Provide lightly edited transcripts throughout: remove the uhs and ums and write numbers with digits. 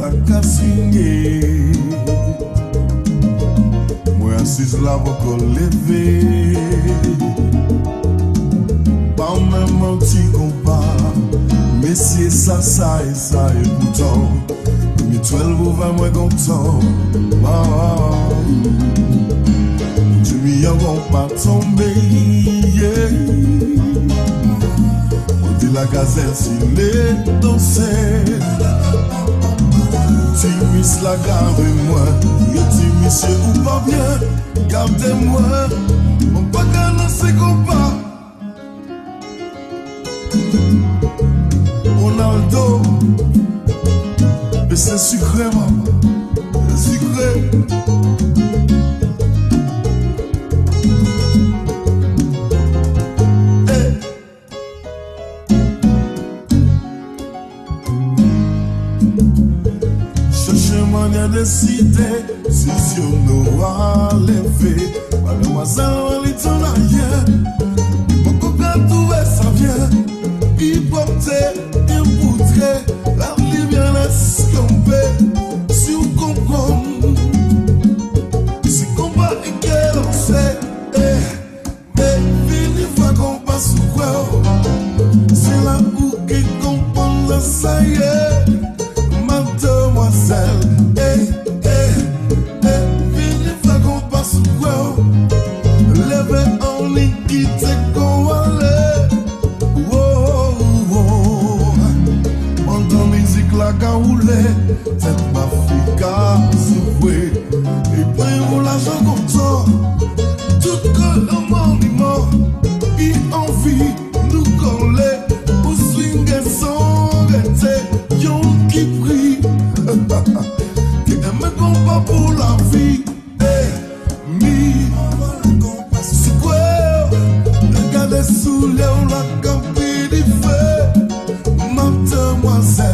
pas qu'à signer. Moi assise là encore levé. Pas même un petit compas. Mais c'est ça, ça et ça et pourtant mutuel vous va moins content. Tu m'y en vont pas tomber. On dit la gazelle s'il est dansé. Tu miss la gardez-moi. Et tu monsieur ou pas bien, gardez-moi. On pas qu'à c'est compas. Ronaldo, mais c'est sucré, maman, c'est sucré. Hey. Cherchez manière de citer, si on aura levé, mademoiselle, on est en arrière, beaucoup qu'à trouver ça vient, il portait. La lumière laisse tomber. Si vous comprenez, si combat et qu'elle en sait, mais fini fois qu'on passe au quoi. C'est là où qu'il comprend ça y est, mademoiselle. Fini fois qu'on passe au quoi. Levez en liquide qu'on va aller. La gaoulée, cette mafika souffrée. Et puis on l'argent comme ça. Tout que le monument, il envie nous coller. Pour swinguer sans arrêter, yon qui prie. Qui aime combat pour la vie. C'est quoi? Regardez sous les on la campé du feu. Mademoiselle.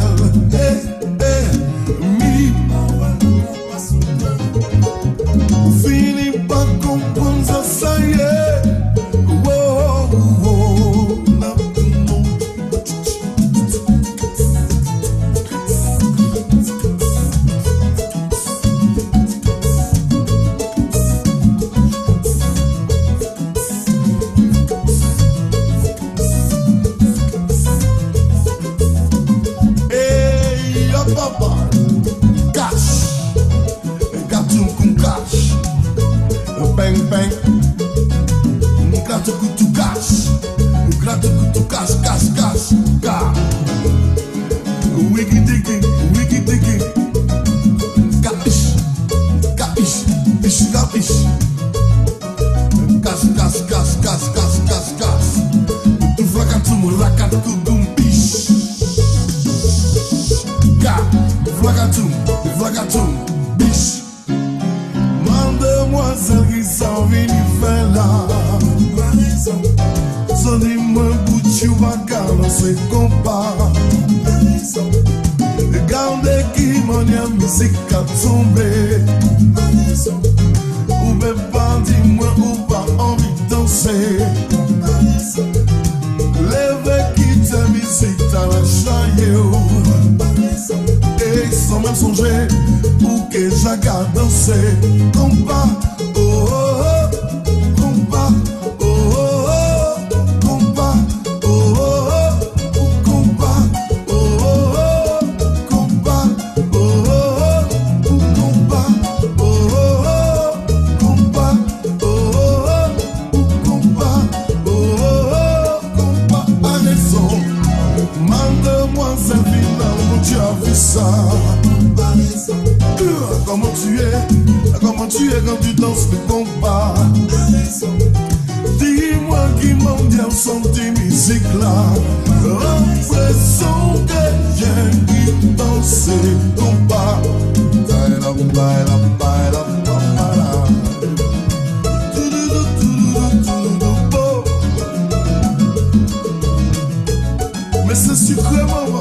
Mademoiselle qui s'en vient faire là. Son dis-moi bouti ou pas dans ce combat. Regardez qui m'en a musique à tomber. Ou même pas dis-moi ou pas envie de danser. Lève qui ta musique t'as la chaille. Et sans même songer pour que j'agarde danser. Combat, oh oh oh, combat, oh oh oh, combat, oh oh oh, combat, oh oh oh, combat, oh oh oh, combat, oh oh oh, combat, oh oh oh, combat, oh oh oh, combat, à raison. Mademoiselle Villa, tu as vu ça? Comment tu es quand tu danses le combat? Dis-moi qui m'en vient sentir musique là. L'impression que j'ai qui danse le combat. Mais c'est sucré maman.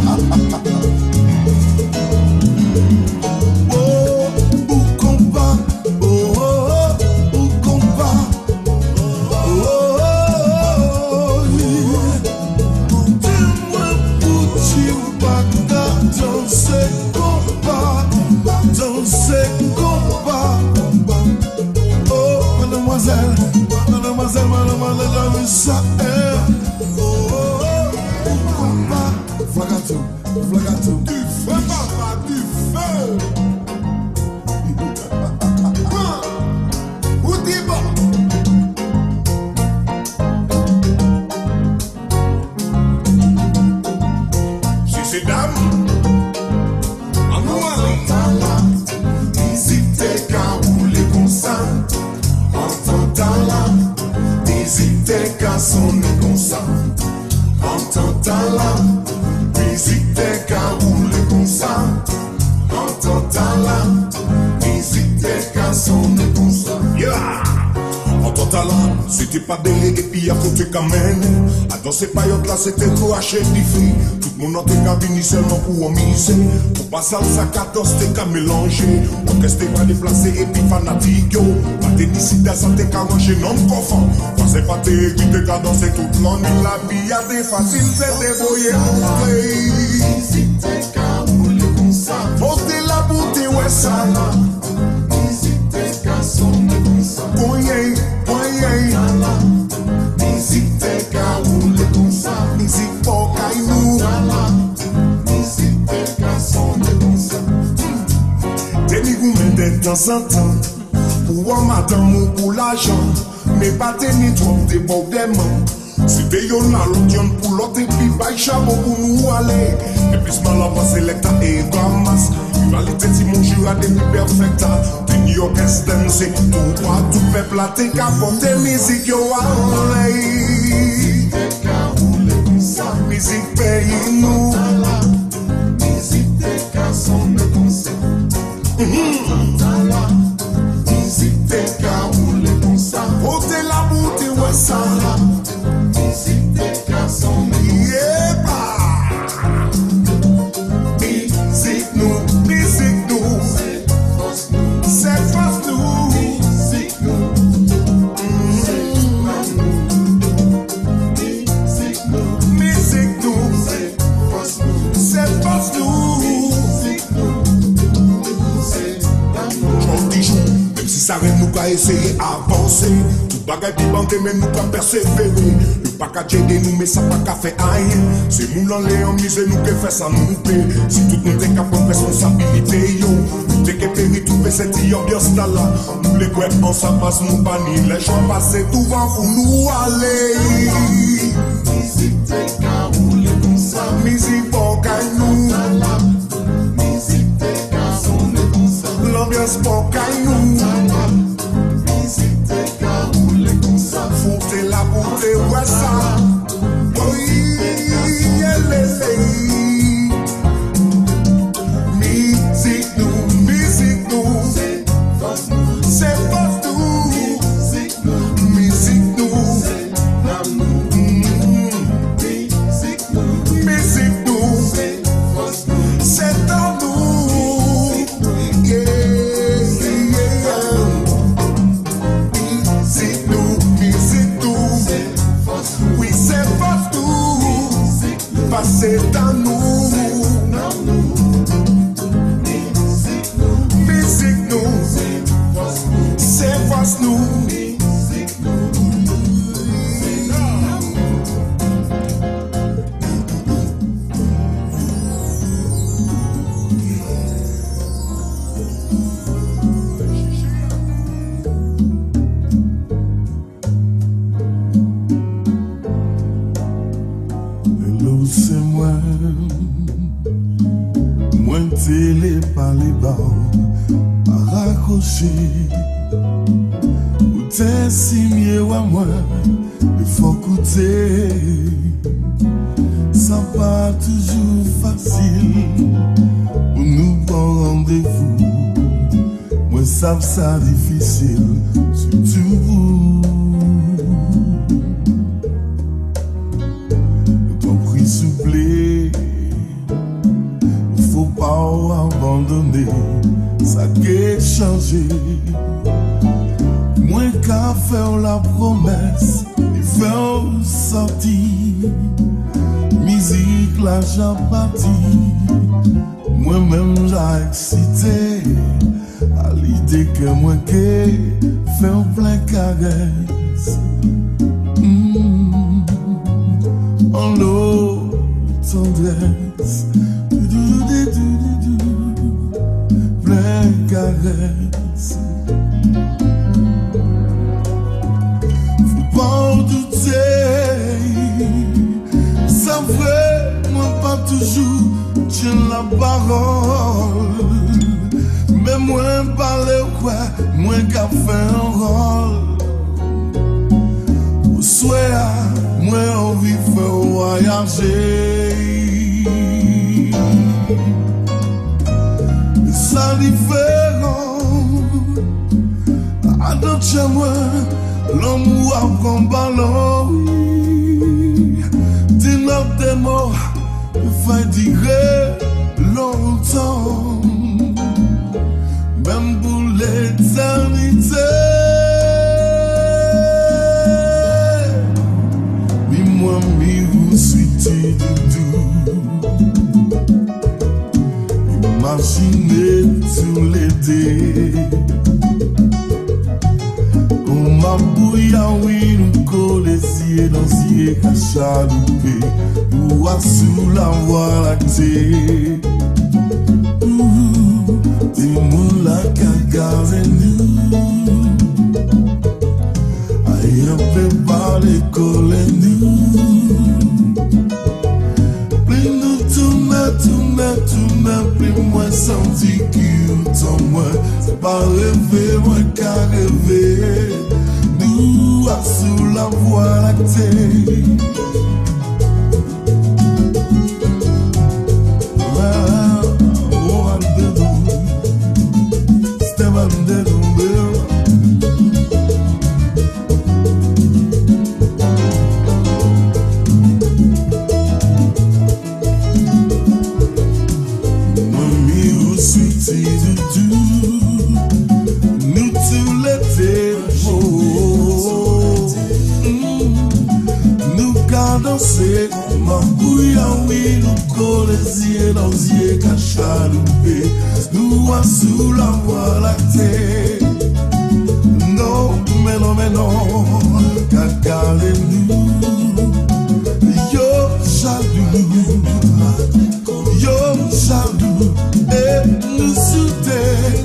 C'était pas délégué puis à côté quand même. Dans ces périodes là c'était trop haché diffé. Tout le monde était cabine seulement pour en miser. Pour pas ça le sac à dos c'était qu'à mélanger. Orchestre pas déplacé et puis fanatique yo. Pas d'énicité ça t'es qu'à ranger non confond. Quand c'est pas t'es qui t'es qu'à danser toute l'année. La vie a des faciles c'est débrouiller pour créer. N'hésitez qu'à rouler comme ça. Portez la beauté ouais ça. N'hésitez qu'à sonner comme ça. Poignet. N'hésitez qu'à rouler comme ça. Musique pour caillou. N'hésitez qu'à sonner comme ça. T'es ni gourmet de temps en temps. Pour un madame ou pour l'argent. Mais pas t'es ni trop de beaux démons. C'était yon a l'audion pour l'autre et puis bail chameau pour nous aller. Et puis ce mal avant sélecta et ramas. Rivalité si mon jeu a des perfecta. T'es New York c'est tout pas tout peuple a t'es qu'à porter musique yo a N'hésitez qu'à rouler comme ça. musique pays nous. N'hésitez qu'à sonner comme ça. N'hésitez qu'à rouler comme ça. Portez la beauté ouais ça. N'hésitez qu'à sonner. Musique nous, c'est force nous. Musique nous, Musique nous, c'est force nous. c'est force nous. Musique nous, c'est d'amour. Jour du jour, même si ça reste nous qu'à essayer avancer. Tout bagaille qui bande mais nous qu'à persévérer. Le pas qu'à aider nous mais ça pas qu'à faire rien. C'est nous l'enlève en mise nous qui fait ça nous paie. Si tout le monde est qu'à prendre responsabilité yo. T'es qu'à périr tout fait cette ambiance là. Nous les couettes en ça passe nous pas ni les gens passer tout vent pour nous aller. N'hésitez qu'à rouler comme ça. Musique pour nous. N'hésitez qu'à sonner comme ça. L'ambiance pour nous. N'hésitez qu'à rouler comme ça. Foutez la beauté, ouais ça. Oui, musique nous, C'est force nous. c'est force nous. Musique nous, Musique nous, c'est l'amour. Musique nous, musique nous, c'est force nous. c'est dans nous. Yeah, yeah. Musique nous, C'est force nous. oui c'est force nous. Musique nous, Passez dans nous. l'amour. Musique nous, Musique nous, c'est force nous. c'est force nous. Musique nous, c'est l'amour. Hello, c'est moi. Moi, télé par les bars, à raccrocher. Ou t'es signé ou à moi, il faut coûter. Ça pas toujours facile. Pour nous bon rendez-vous. Moi, ça difficile, surtout vous. Ton prix soufflé, pas abandonné, ça qui changé. Moi qu'à faire la promesse, et faire sortir. Musique là j'ai parti, moi-même j'ai excité à l'idée que moi qui fais plein caresses. En l'eau tendresse, plein caresses. Faut pas douter, ça vrai, moi pas toujours tiens la parole. Mais moi parler quoi, moi qu'a fait un rôle. Au soir, moi envie faire voyager. Ça différent. Attends chez moi, l'amour apprend ballon. Dis-moi des mots, me dire longtemps. Même pour l'éternité. Moi, mi suis doudou. Imaginez tout l'été. On m'a bouillé, oui, nous collesiez dans ces cachaloupés. Ou à sous la voie lactée. Dis-moi la cagare nous. Aïe, on peut pas l'école nous. Plus moi senti qu'il t'en moi. C'est pas rêver, moi qu'à rêver. Nous à sous la voie lactée. Nous à sous la voie lactée. Non, mais non, cagale nous. Yo jaloux, et nous souter.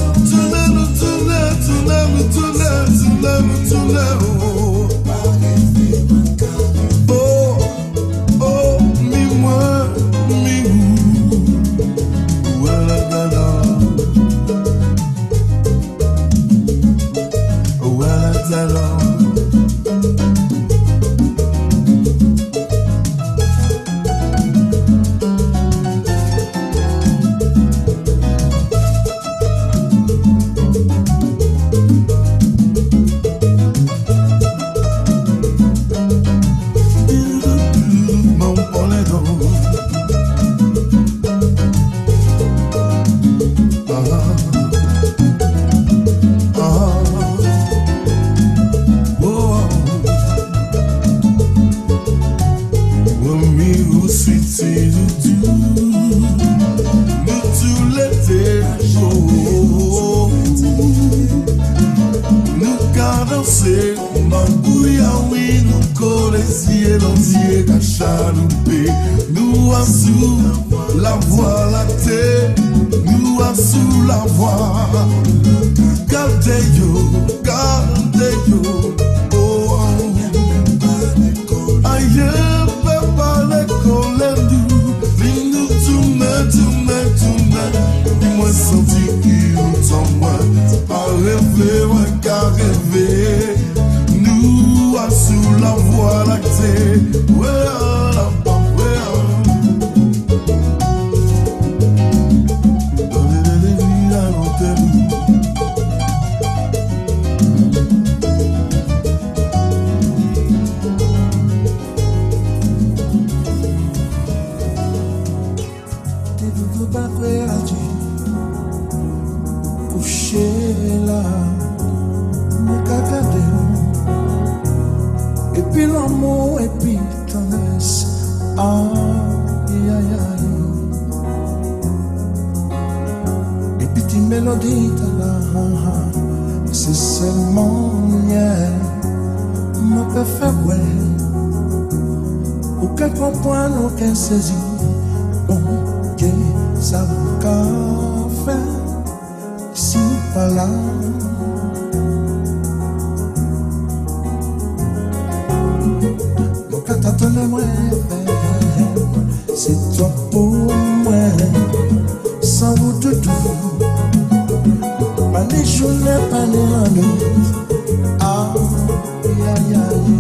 Nous à sous la voie lactée, nous à sous la voie. Gardez-yo, oh, aïe, papa, l'école nous tourne, moi senti qu'il nous moi, pas rêver, moi qu'à rêver, nous à sous la voie lactée, tout pas créatif. Couché là, me cacadé. Et puis l'amour, et puis tendresse. Aïe, aïe, aïe. Et puis tes mélodies, là, c'est seulement hier. M'a pas fait ouais. Aucun comprendre, aucun saisir. Bon, que ça m'a fait. Si pas là. Mon cas t'attendait moi. C'est toi pour moi. Sans vous de tout. Pas les journées, pas les rendez-vous. Aïe, aïe, aïe.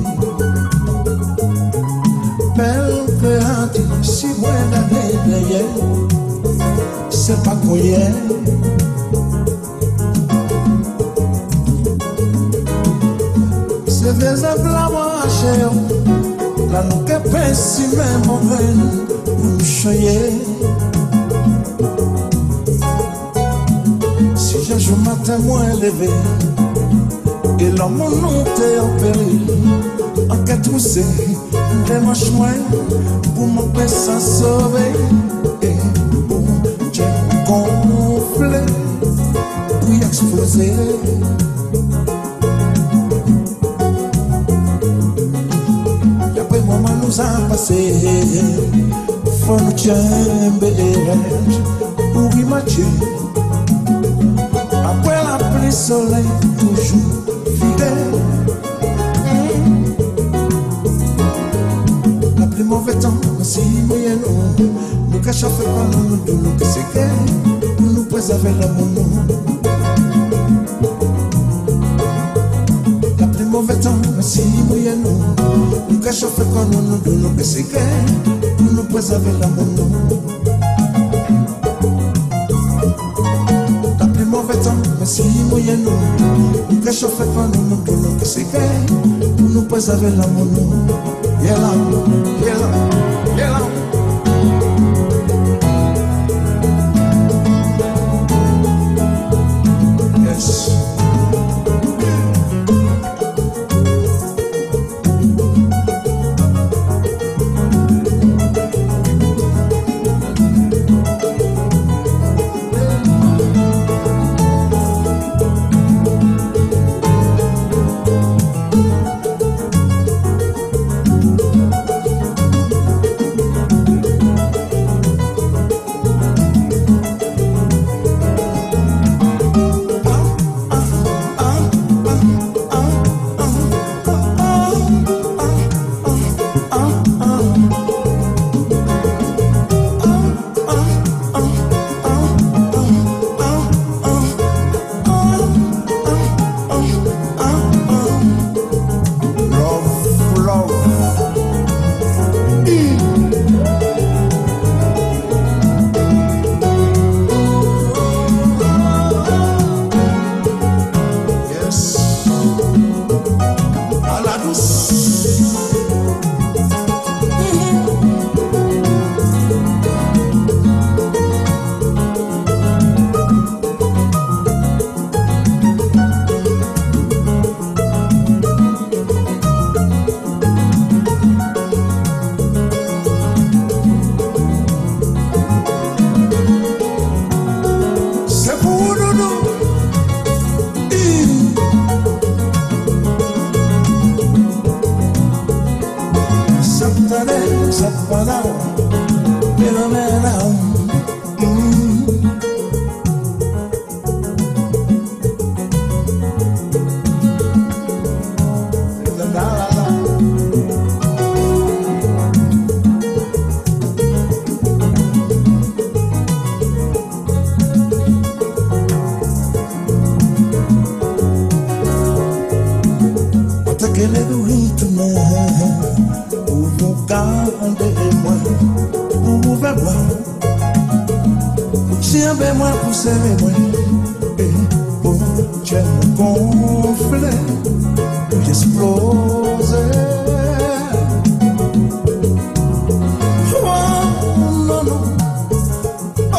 Belle créative, si moi d'aller derrière, c'est pas quoi hier. C'est des emblements à cher, la nous que pense si même en vain, pour nous choyer. Si j'ai joué matin moins élevé, et l'homme monté en péril, en qu'à trousser, des manches moins, pour mon père s'en sauver, et pour j'ai gonflé, puis explosé. Et après le moment nous a passé, faut nous tirer, pour y matcher. Après la pluie, soleil, toujours fidèle. La plus mauvais temps, si moyen nous cachons fait pas nous, nous que c'est que nous préserver l'amour. La plus mauvais temps, si moyen nous cachons fait pas nous, nous que c'est que nous préserver l'amour. Mauvais temps, mais si moyen nous réchauffer pas nous que c'est fait pour nous préserver l'amour. Yeah là, yeah là, yeah là. Yes. Servez-moi pour servez-moi, et pour que me gonfler, pour exploser. Oh non non,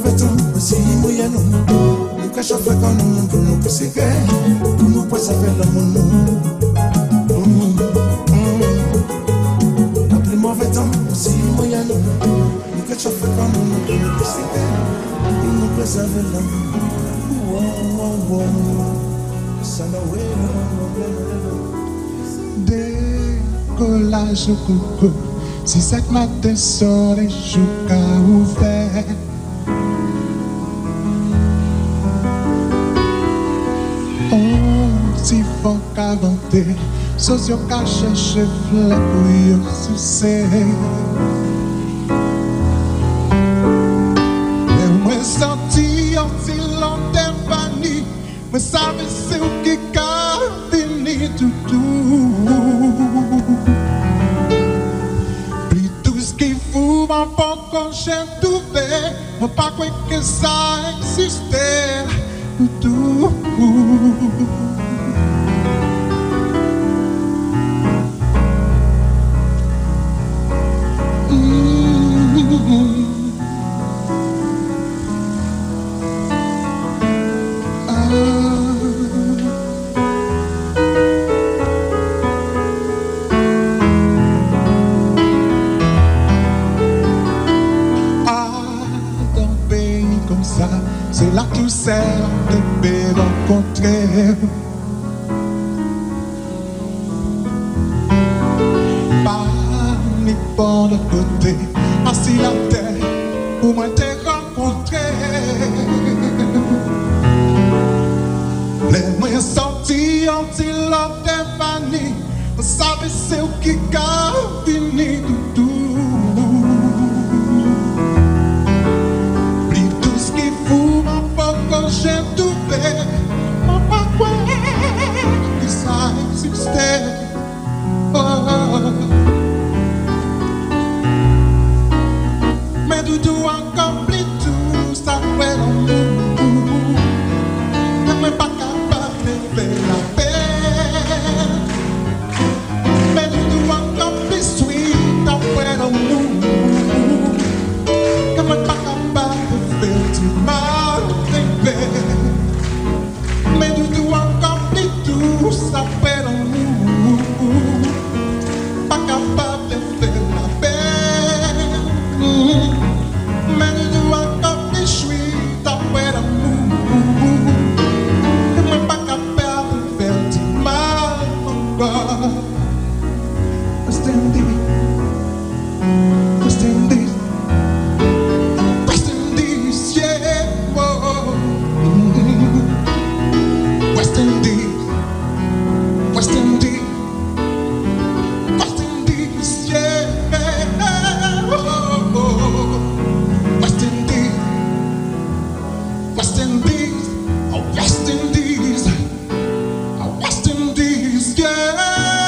fait tout, si moyen nous cache fait quand nous pour nous passer pour nous pas ça fait l'amour. Après mauvais temps, si moyen nous cache fait quand nous pour nous passer pour nous préserver l'amour. Ça n'a décollage au coucou. Si cette matin sort les jours qu'a ouvert. On s'y faut qu'inventer, socio qu'a cherché fleur pour y succès. Mais moi senti en silence d'infini, mais savez c'est où qui qu'a fini tout. Mon bon quand j'ai tout fait, mon pas quoi que ça existait, tout. C'est là tout seul de me rencontrer. Pas ni bon de côté, assis la terre pour moi te rencontrer. Les moyens sortis en silence d'infini, vous savez c'est où qui a fini tout. J'ai tout fait, mon pas quoi que ça existait. Mais tout encore plus tout ça fait l'amour. Ne m'est pas capable de faire la paix. Mais tout encore plus sweet ça fait l'amour. Ne m'est pas capable de faire du mal. Mais du tout encore plus tout ça fait l'amour. Pas capable de faire la paix. Mais du tout encore plus chouette ça fait l'amour. Mais pas capable de faire du mal encore. West Indies, West Indies, West Indies, yeah. West Indies, West Indies, West Indies, yeah. West Indies, West Indies, oh West Indies, oh West Indies, yeah.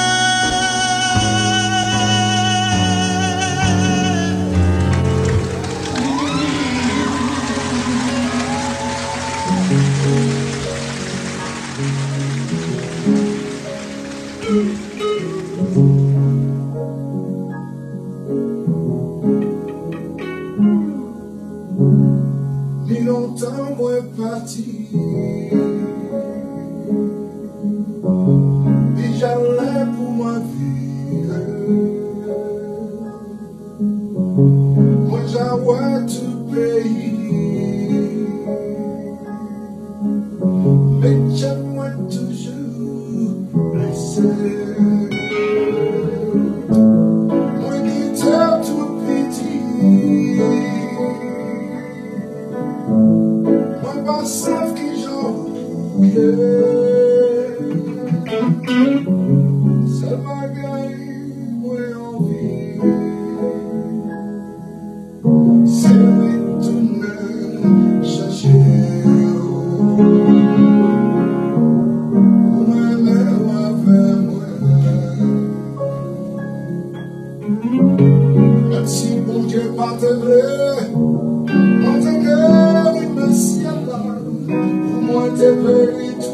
Ni longtemps moi parti, déjà là pour moi vivre. Moi j'envoie tout pays, mais j'aime-moi toujours blessé. Moi qui t'aime tout petit, moi pas savent qui j'en c'est bagaille, moi envie. C'est retourner chercher moi-même avec moi. Même si bon Dieu pas te plaît, on te guérit le ciel là, pour moi te périt tout.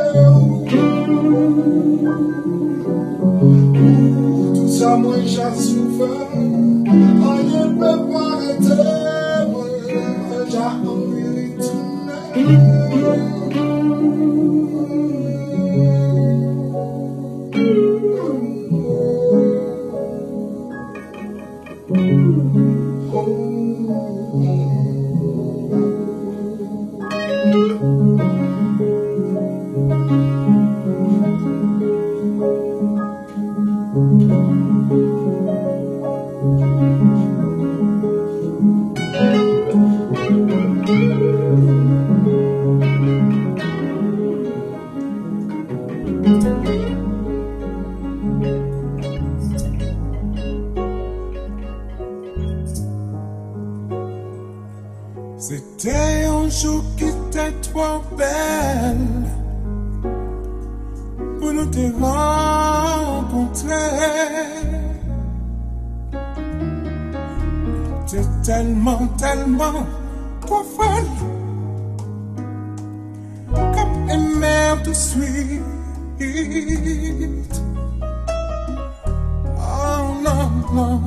Tout ça moi j'ai souffert, on ne peut pas arrêter, moi j'ai C'était un jour qui était trop belle pour nous te rencontrer. T'es tellement, tellement trop folle, comme une mer tout de suite. Oh non, non,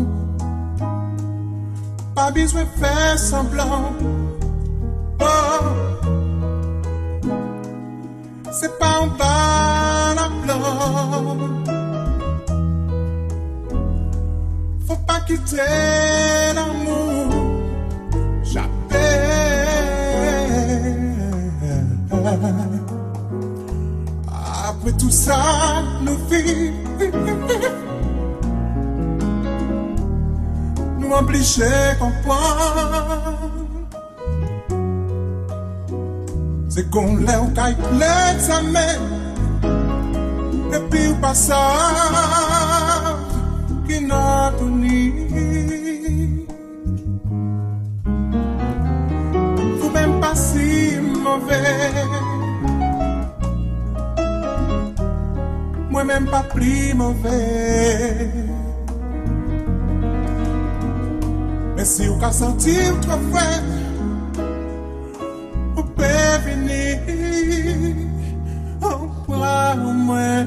pas besoin de faire semblant. C'est pas en bas la plan. Faut pas quitter l'amour jamais. Après tout ça, nous vivons, nous obligés à comprendre. C'est qu'on l'a ou qu'il l'examen, et puis on passe à qui n'a tenu. Faut même pas si mauvais, moi même pas plus mauvais. Mais si on a senti trop frais, venir au point moi.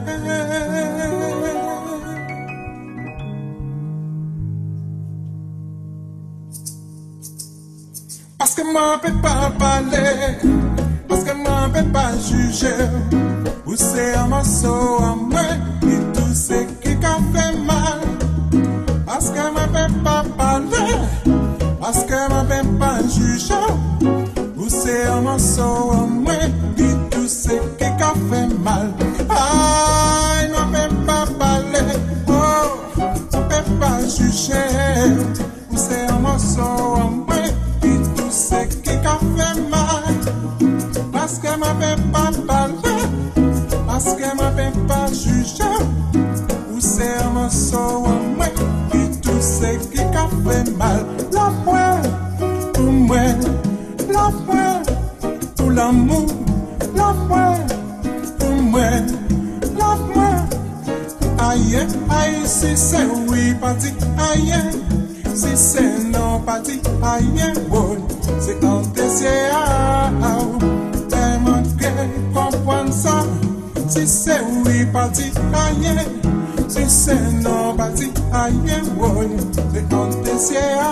Parce que moi peux pas parler, parce que moi peux pas juger. Ou c'est un morceau à moi et tout ce qui a fait mal. Parce que moi peux pas parler, parce que moi peux pas juger. C'est un morceau en moi, puis tout ce qui a fait mal. Aïe, ne peut pas parler, oh, ne peut pas juger. C'est un morceau en moi, puis tout ce qui a fait mal. Parce que ne peut pas parler, parce que ne peut pas juger. C'est un morceau en moi, puis tout ce qui a fait mal. La moi, pour moi. Love-moi, pour l'amour, love-moi, pour moi, love-moi. Aïe, aïe, si c'est oui, parti, aïe, si c'est non, parti, aïe, bon, c'est un désir, tellement que comprendre ça. Si c'est oui, parti, aïe, si c'est non, parti, aïe, bon, c'est un désir.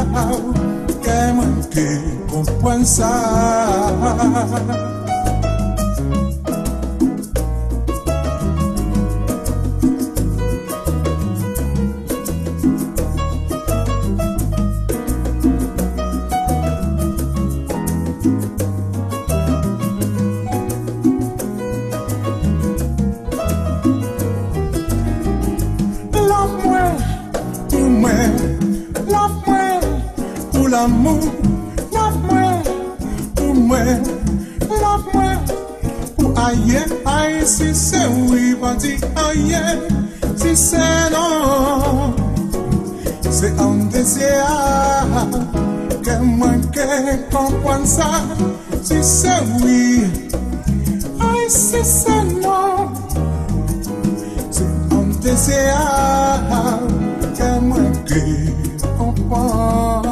Que comprenne ça. Love-moi, pour moi, love-moi, pour l'amour. Love-moi, pour moi, love-moi, pour aïe, aïe, si c'est oui, parti, aïe, si c'est non, c'est un désir, que moi que comprenne ça, si c'est oui, aïe, si c'est non, c'est un désir, que moi que comprenne.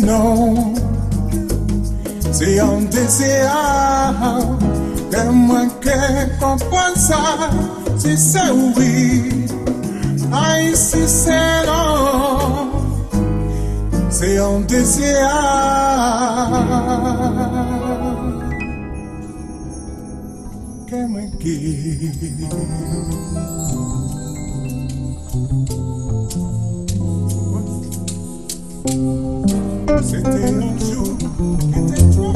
non, c'est un désir. Que moi que comprends ça, si c'est oui, aïe si c'est non, c'est un désir. Que moi qui c'était un jour qui était trop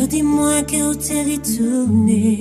dis-moi que t'es retourné.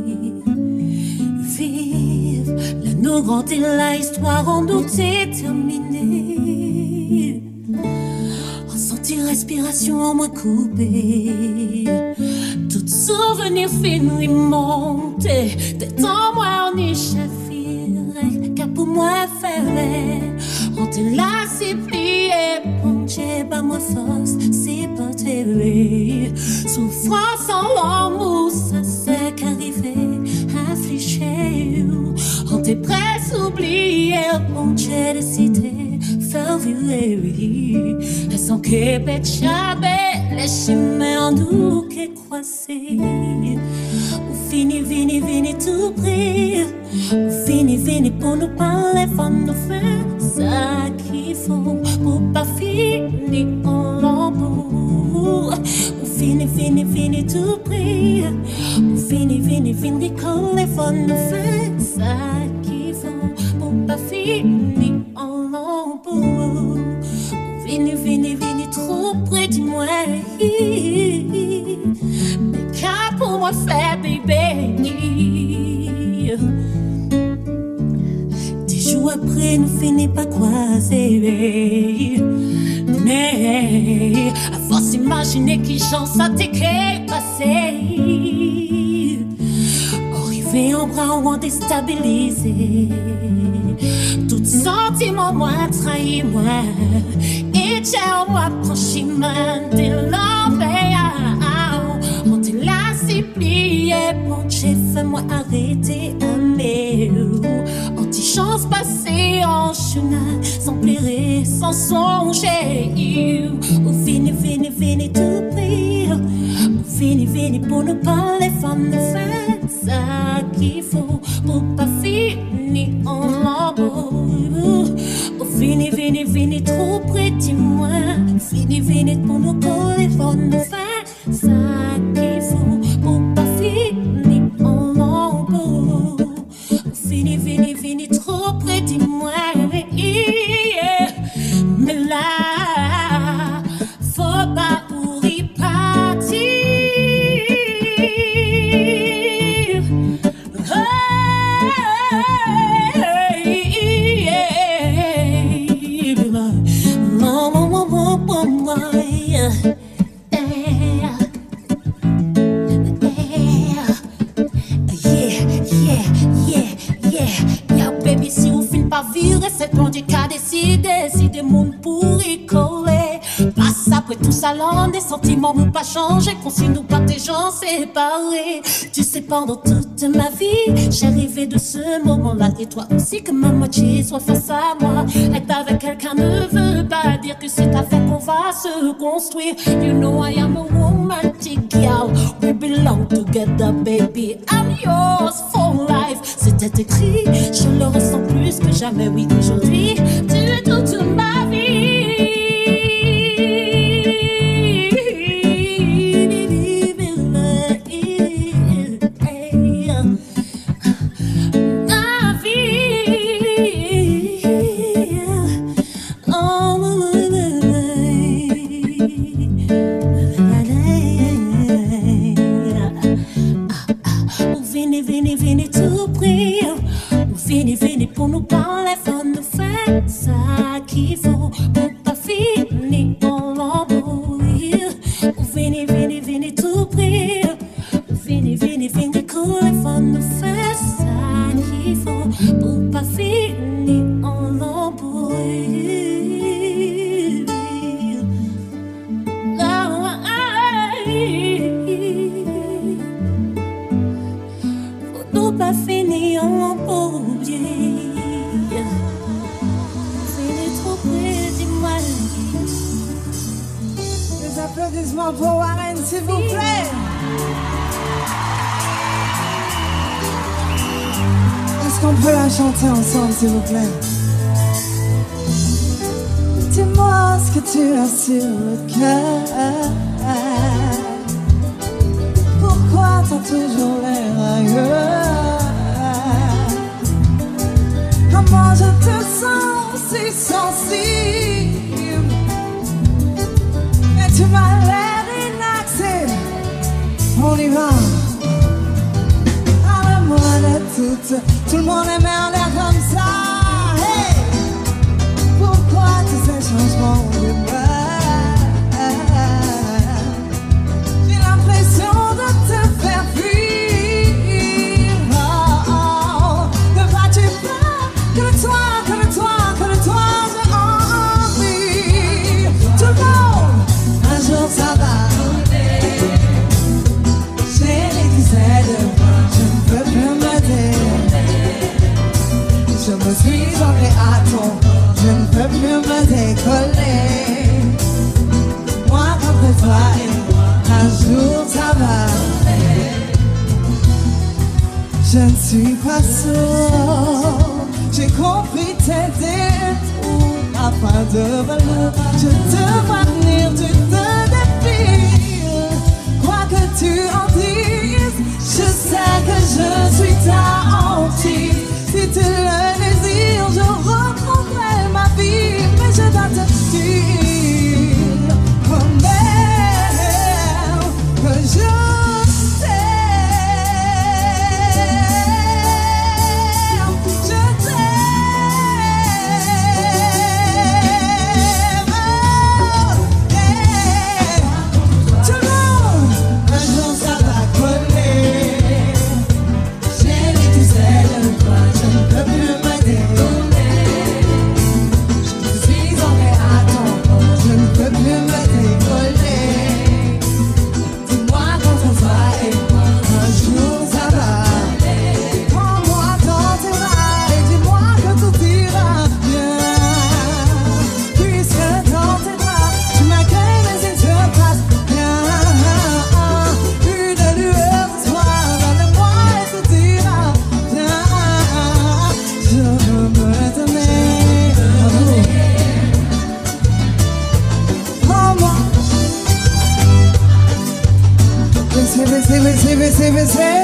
Vive la nous grande et la histoire en nous est terminée. Ressentir respiration en moi coupée. Tout souvenir fini monté. D'être en moi en échappé. Car pour moi faire on te l'a si plié. Bon Dieu, pas moi force, c'est pas terrible. Souffrance en l'amour, ça c'est qu'arrivé. Affligé, on t'est presque oublié. Bon Dieu, décidé, faire vivre. Elles sont qu'épées chabées, les chemins en nous qui croisés. Ou fini tout prix. Ou fini pour nous parler, faut nous faire ça qu'il faut pour pas finir en lambeau. Ou fini tout prix. Ou fini coller, faut nous faire ça qu'il faut pour pas finir en lambeau. Ou fini trop près de moi. Mais qu'à pour moi faire bébé. Après nous finit pas croiser. Mais à force d'imaginer qui j'en sentais qu'est passé. Arrivé en bras ou en déstabilisé. Tout sentiment moi trahi moi. Et j'ai en moi franchi man de l'envers. On te l'a si plié. Bon j'ai fait moi arrêter un mail. Chance passée en chemin, sans pleurer, sans songer. Ou fini tout prix. Ou fini pour nous parler, femmes de faire ça qu'il faut pour pas finir en lambeau. Ou fini trop près de moi. Fini pour nous parler, femmes de faire ça qu'il faut pour pas finir en lambeau. Fini trop près de moi. Mais là, faut pas pour y partir. C'est ton Dieu qui a décidé, si des mondes pour y coller. Passe après tout ça, l'an des sentiments n'ont pas changé, qu'on s'y nous pas des gens séparés. Tu sais, pendant toute ma vie, j'ai rêvé de ce moment-là. Et toi aussi, que ma moitié soit face à moi. Être avec quelqu'un ne veut pas dire que c'est avec qu'on va se construire. You know I am a romantic girl. We belong together, baby. I'm yours for life. C'était écrit, je le ressens plus que jamais. Oui, aujourd'hui, tu es toute ma vie. Ma vie. Oh, vini tout prix. Fini pour nous parler, faut nous faire ça qu'il faut pour pas finir en l'embrouille. Ou fini tout prix. Fini couler, faut nous faire ça qu'il faut pour pas finir en l'embrouille. Faut nous pas finir en l'embrouille. Applaudissements pour Warren, s'il vous plaît. Est-ce qu'on peut la chanter ensemble, s'il vous plaît? Dis-moi ce que tu as sur le cœur. Pourquoi t'as toujours l'air ailleurs? Comment je te sens si sensible? Tu m'as l'air inaccès. On y va. À la mode tout le monde aime en l'air comme ça. Hey, pourquoi tous ces changements de moi? J'ai l'impression de te faire fuir. Oh, ne vas-tu pas que de toi, que de toi, que de toi j'ai envie. Tout le monde, un jour ça va. Chérie, tu sais de moi, je ne peux plus me dire. Je me suis enlevée à ton, je ne peux plus me décoller. Moi contre toi et moi, un jour ça va. Je ne suis pas sourde, j'ai compris tes détours. Afin de valoir, je te vois venir, tu te défiles. Quoi que tu en dises, je sais que je suis ta hantise. Si tu le désires, je reprendrai ma vie, mais je dois te dire quand même que je t'aime, je t'aime. Tout le monde, un jour ça va coller. Chérie, tu sais de quoi je ne peux plus me décoller. Je suis entrée à ton corps, je ne peux plus me décoller. Dis-moi contre toi et moi, un jour ça va. Prends-moi dans tes bras et dis-moi que tout ira bien. Puisque dans tes bras, tu m'accueilles mais il se passe bien. Une lueur de soir, donne-moi et tout ira bien. Je veux me donner à vous. Prends-moi. Baissez, baissez, baissez, baissez, baissez.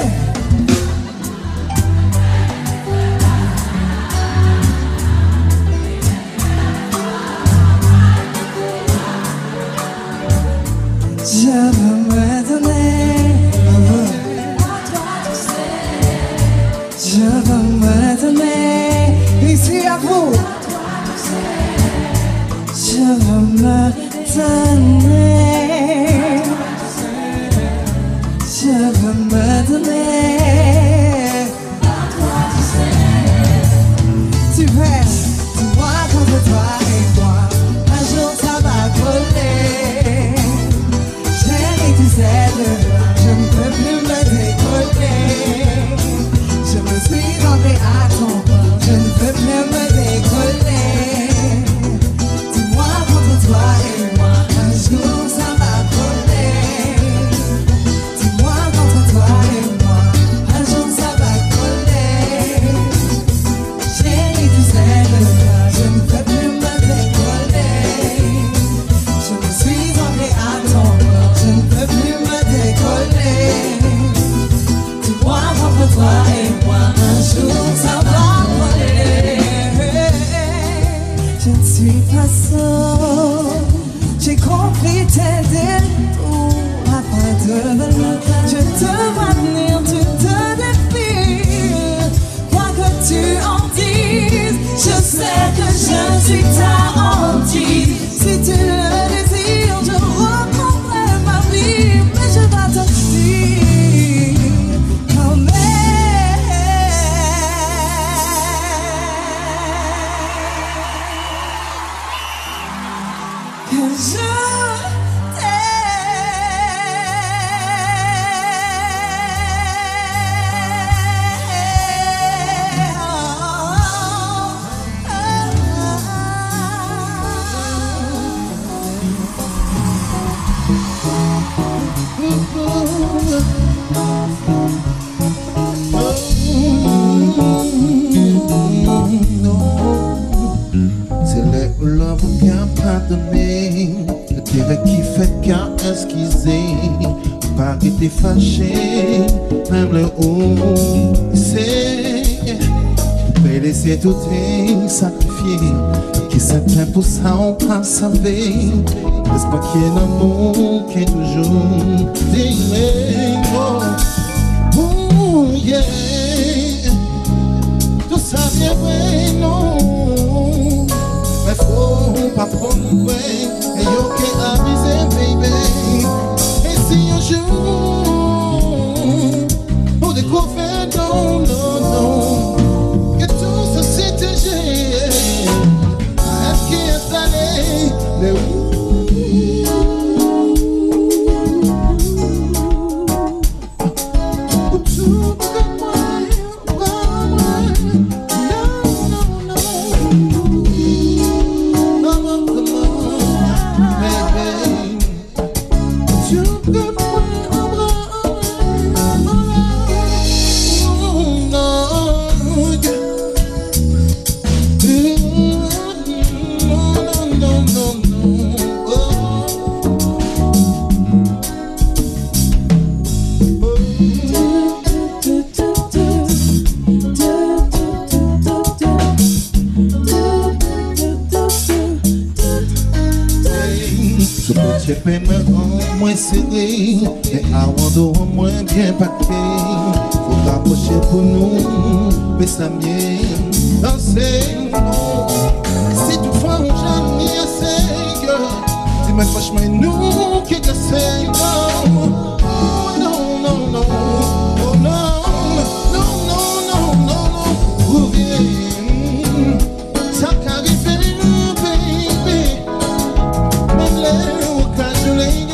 Je veux me donner à vous. Je veux me donner ici à vous. Je veux me donner. Je veux me donner. Super, dis-moi contre toi et moi, un jour ça va coller. Chérie, tu sais de moi, je ne peux plus me décoller. Je me suis enlevée à ton corps, je ne peux plus me décoller. Dis-moi contre toi et moi, un jour ça va coller. Dis-moi contre toi et moi, un jour ça va coller. Chérie, tu sais de moi, je ne peux plus me décoller. Je me suis enlevée à ton corps, je ne peux plus me décoller. Dis-moi contre toi et moi, un jour ça va coller. Je ne suis pas sourde, j'ai compris tes détours. Afin de valoir, je te vois venir, tu te défiles. Quoi que tu en dises, je sais que je suis ta hantise. Si tu le désires, je reprendrai ma vie, mais je dois te dire quand même que je C'est les love qui a pardonné, le dirait qui fait qu'à esquiser, pas qui t'es fâché, même le haut, c'est mais laisser tout est sacrifié, qui s'attend pour ça on passe sa vie, laisse pas qu'il y ait l'amour qui est toujours aimé. Moins serré et avant de moins bien paqué. Faut rapprocher pour nous, mais ça m'est danser. Si tu vois un jeune qui essaye, dis-moi franchement nous qui essaye. Non, non, non, non, oh non, non, non, non, non, non, reviens. Ça qu'arrive, baby, même les occasions.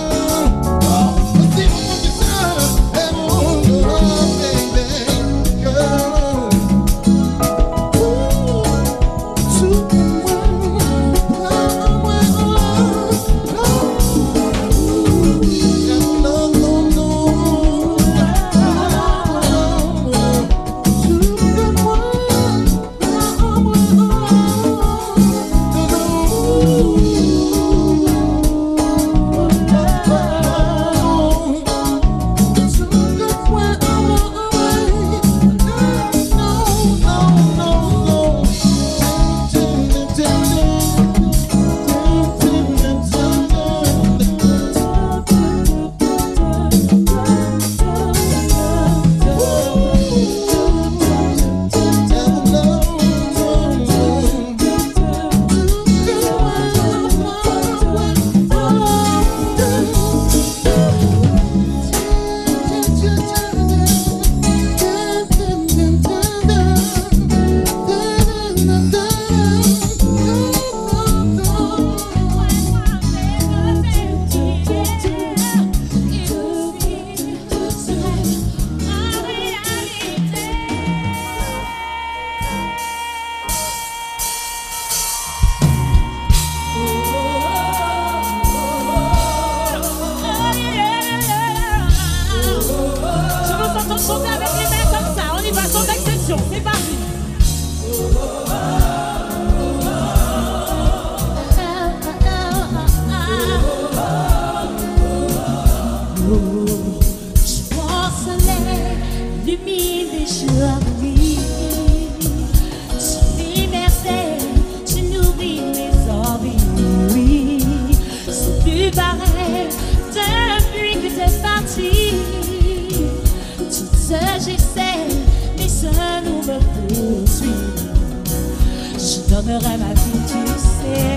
donnerai ma vie, tu sais,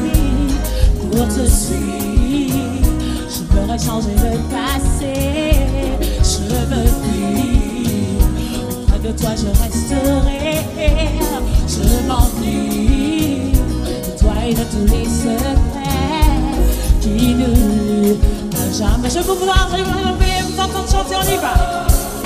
pour te suivre. Je ferai changer le passé, je veux vivre. Auprès de toi, je resterai, je m'ennuie de toi et de tous les secrets qui nous jamais. Je veux pouvoir, je veux oublier, vous entendre chanter, on y va.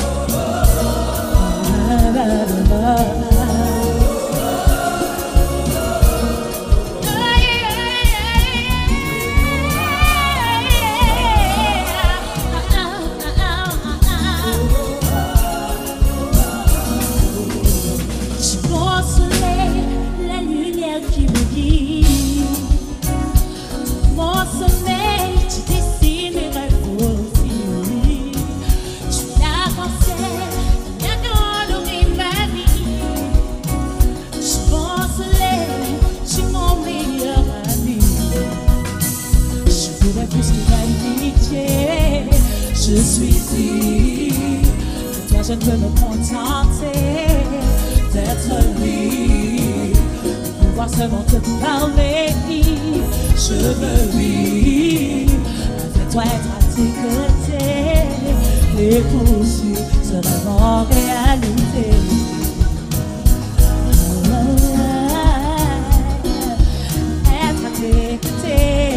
Je suis ici, de toi je ne peux me contenter d'être libre, de pouvoir seulement te parler. Je veux vivre, avec toi être à tes côtés, et poursuivre ce rêve en réalité. Être à tes côtés.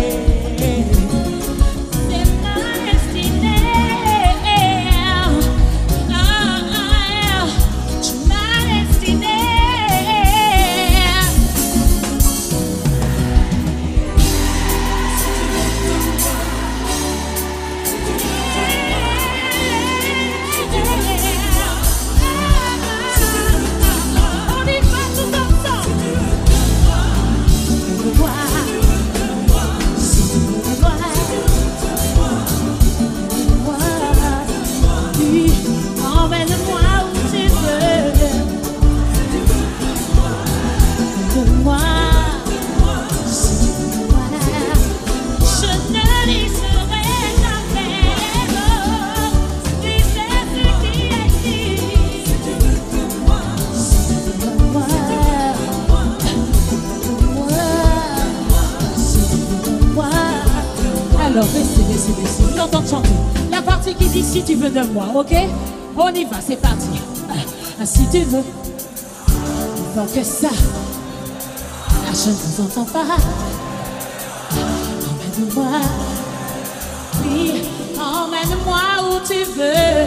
partie qui dit si tu veux de moi, ok? On y va, c'est parti. Si tu veux, il faut que ça. Je ne vous entends pas. Emmène-moi, oui, emmène-moi où tu veux.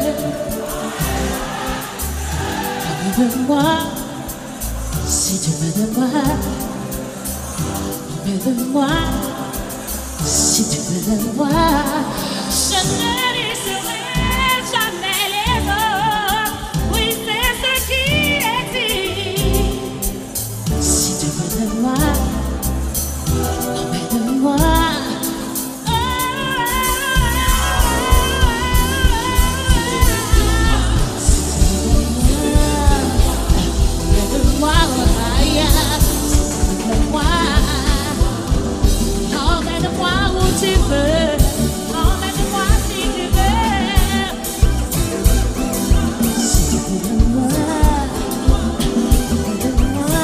Emmène-moi, si tu veux de moi. Emmène-moi, si tu veux de moi. Je ne laisserai jamais les mots. Oui, c'est ce qui est dit. Si tu veux de moi, emmène-moi. Emmène-moi, emmène-moi où tu veux. Emmène-moi si tu veux. Si tu veux de moi, emmène-moi.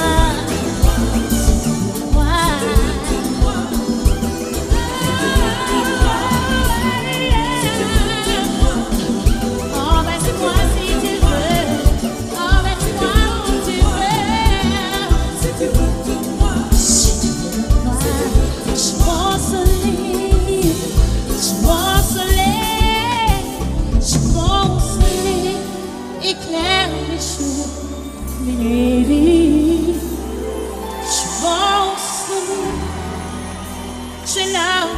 Emmène-moi si tu veux. Emmène-moi où tu veux. Si tu veux de moi. Si tu veux de moi. Je m'en soleil. Je m'en soleil. Je m'en soleil. Éclaire mes jours, mes vies. Je m'en soleil. Je l'aime.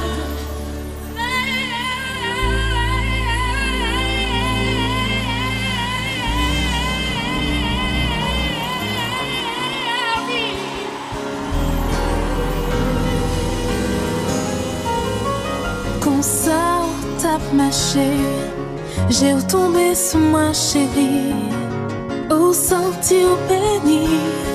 Comme ça, on tape ma chérie. J'ai tombé sous ma chérie. Au sentier au béni.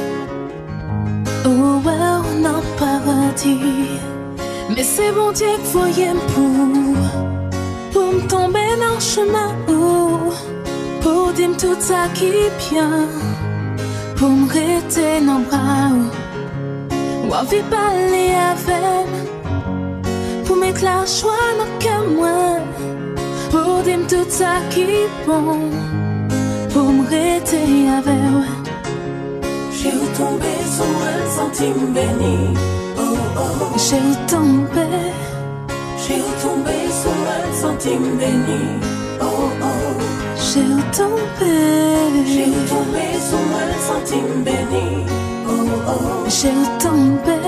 Oh, ouais, on a paradis. Mais c'est bon Dieu que voyait pour me tomber dans le chemin. Pour dire tout ça qui est bien. Pour me rester dans le bras. Ou envie de parler avec. Pour mettre la joie dans le cœur, moi. Pour dire tout ça qui est bon. Pour me rester avec. J'ai tombé sur un centime béni. Oh oh. J'ai tombé sur un centime béni. Oh oh. J'ai tombé sur un centime béni. Oh oh. J'ai tombé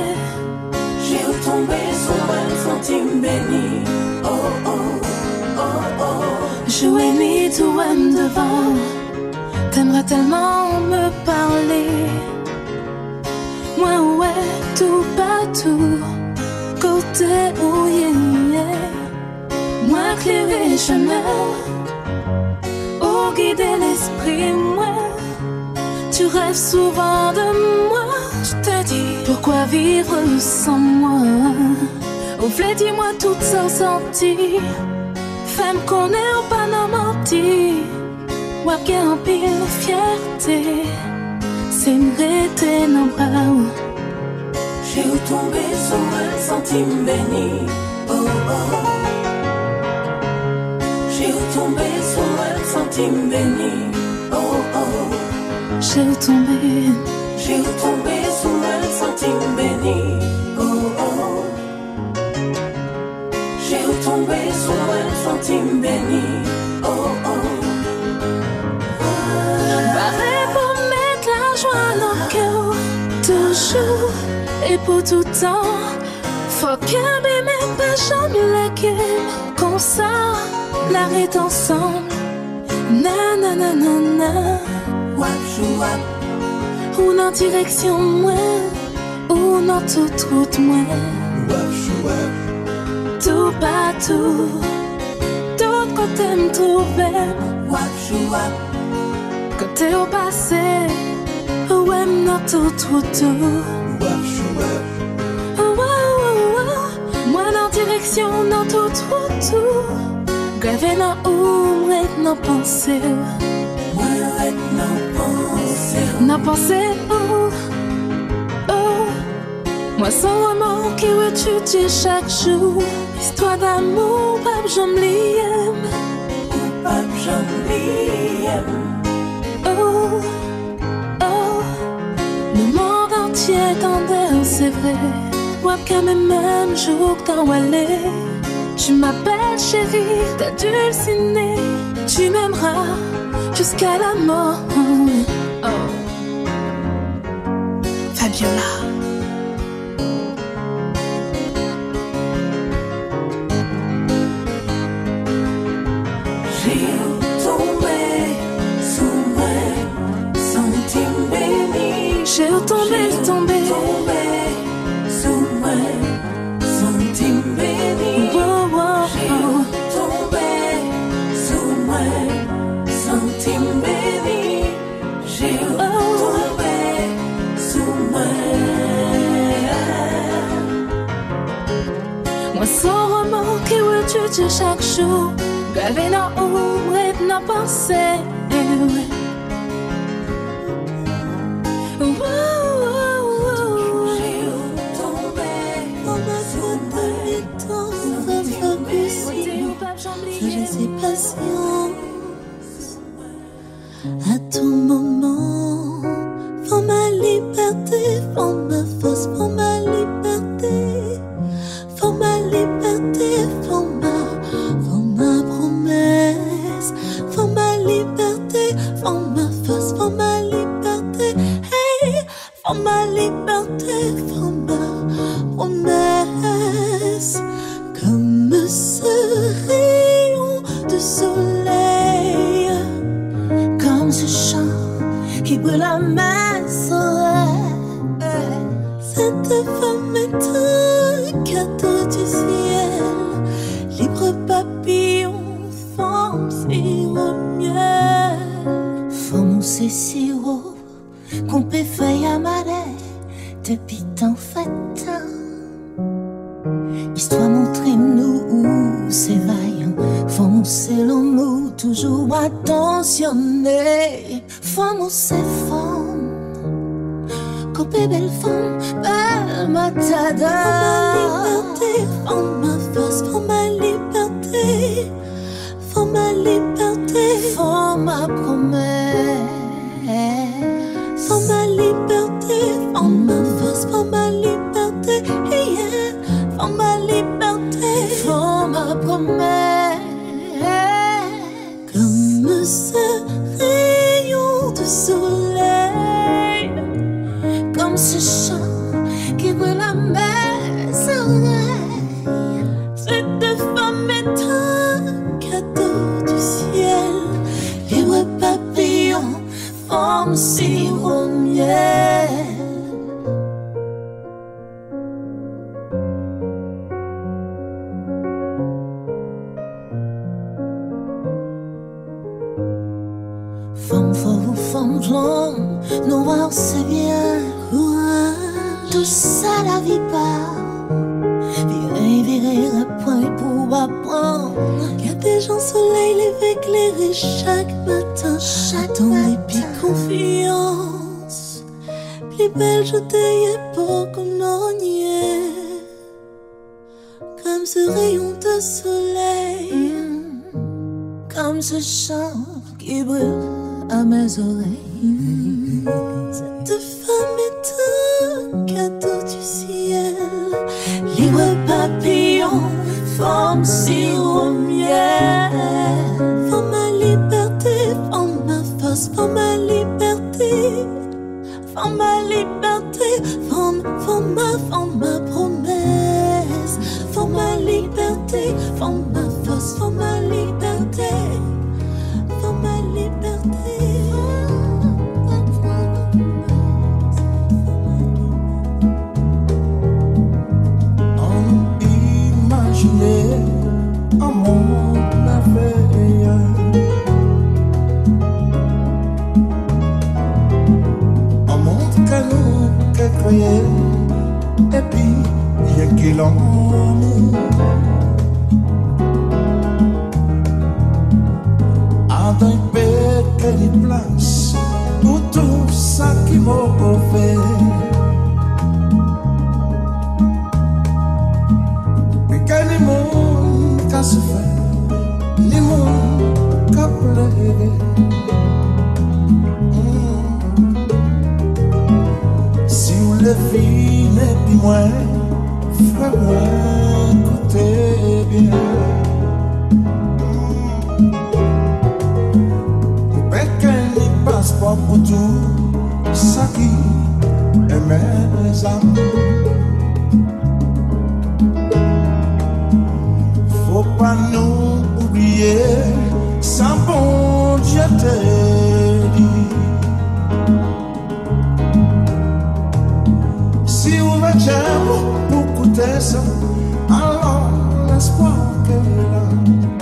sur un centime béni. Oh oh. Oh oh. Jouer nuit tout même devant. T'aimerais tellement me parler. Moi ouais, tout partout. Côté où yeah. Moi éclairer chemin. Oh guider l'esprit moi. Tu rêves souvent de moi. Je te dis pourquoi vivre sans moi. Au fait dis-moi tout ça senti. Femme qu'on est en pas non menti. Ou bien en pile fierté. C'est une rété dans le bras. J'ai tombé sur un centime béni. Oh oh. J'ai tombé sur un centime béni. Oh oh. J'ai tombé sur un centime béni. Oh oh. J'ai tombé sur un centime béni. Oh oh. Pareil pour mettre la joie dans le cœur. Toujours et pour tout temps. Faut qu'un bébé pas jamais la gueule. Comme ça, on arrête ensemble. Na na na na na. Wap chouap. Ou dans direction moi. Ou dans toute route moi. Wap chouap. Tout partout. Tout côté me trouver. Wap chouap. Côté au passé. Ouais, dans toute route. Wap chouap. Moi dans direction, dans toute route. Gravé dans où, moi dans pensée. Dans pensée, oh. Moi sans roman qui étudie chaque jour. Histoire d'amour, pas j'aime l'y. vrai. Moi, quand même jour t'en aller. Tu m'appelles chérie, t'as dulciné. Tu m'aimeras jusqu'à la mort. Oh. Fabiola. J'ai tombé sous mes centimes bénis. J'ai tombé sous mes centimes bénis. Oh, oh, J'ai tombé sous mes centimes bénis. J'ai tombé sous mes. Moi sans roman qui veut tu chaque jour. Gravé dans l'ombre et dans pensée. Je suis patience à tout moment. Pour ma liberté, pour ma force, pour ma liberté, pour ma liberté, pour ma promesse, pour ma liberté, pour ma force, pour ma liberté, hey, pour ma liberté, pour ma promesse, comme ce rayon de soleil, Comme ce chant qui brûle à mes oreilles. cette femme est un cadeau du ciel, libre papillon, femme sirop miel. Femme c'est sirop, qu'on peut faire à malais depuis tant fait temps. Histoire montrer nous où c'est vaillant. Femme c'est l'amour toujours attentionné. Femme c'est femme, qu'on peut belle femme, belle matada. Pour ma force, pour ma liberté, pour ma liberté, Faut ma promesse. pour ma liberté, pour ma force, pour ma liberté, yeah, pour ma liberté, Faut ma promesse. comme ce rayon de soleil, Comme ce chant qui brûle à mes oreilles. cette femme est un cadeau du ciel, libre papillon, Femme sirop miel. Femme fort, femme blonde, noir c'est bien. Tout ça la vie pas. Virer le point pour apprendre. Y a des gens soleil, les éclairer chaque matin, dans répit, confiance. Plus belle je t'ai pour qu'on en y est, comme ce rayon de soleil, Comme ce chant qui brûle à mes oreilles. cette femme est un cadeau du ciel, Libre papillon, femme sirop miel. pour ma liberté, pour ma force, pour ma liberté, pour ma liberté, pour ma promesse, pour ma liberté, pour ma force, pour ma liberté, pour ma liberté. Imaginez un monde merveilleux, un monde que nous que créé, et puis il y a qui l'amour. Dans un pays qui place pour tout ça qui m'a fait. Ni monde qu'a souffert, ni monde qu'a pleuré. Si vous le vivez et puis moi, frère moi, écoutez bien. Passeport pour tout ça qui est mes amis. Faut pas nous oublier, ça bon Dieu te dit. Si vous voulez pour écouter ça, alors l'espoir qu'elle est là.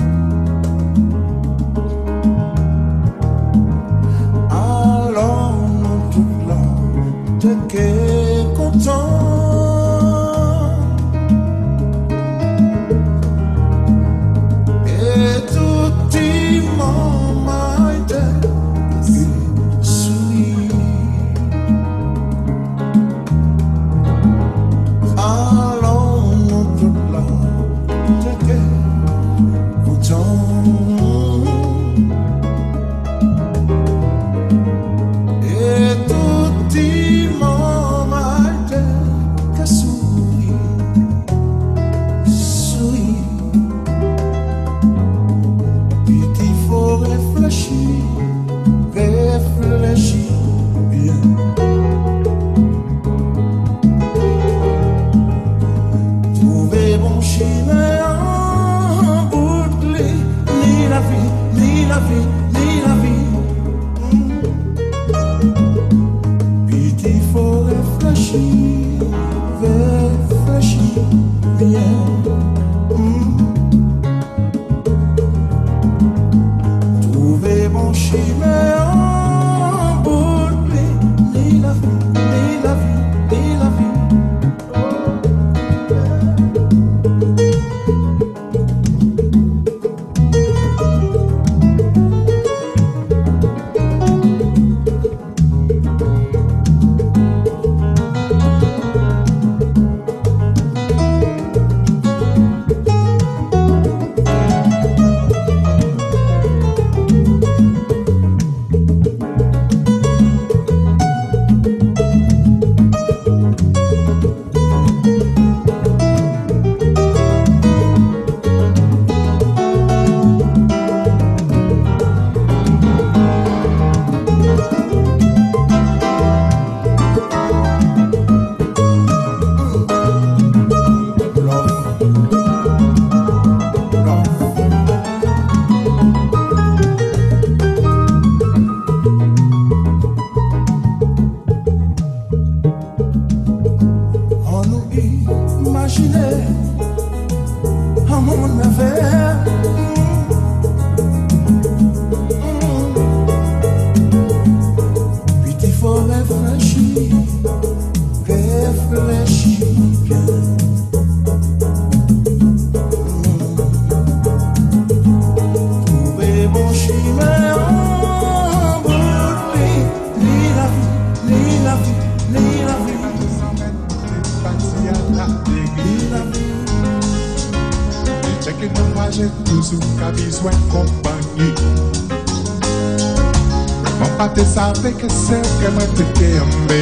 Sabe que c'est que moi te aimé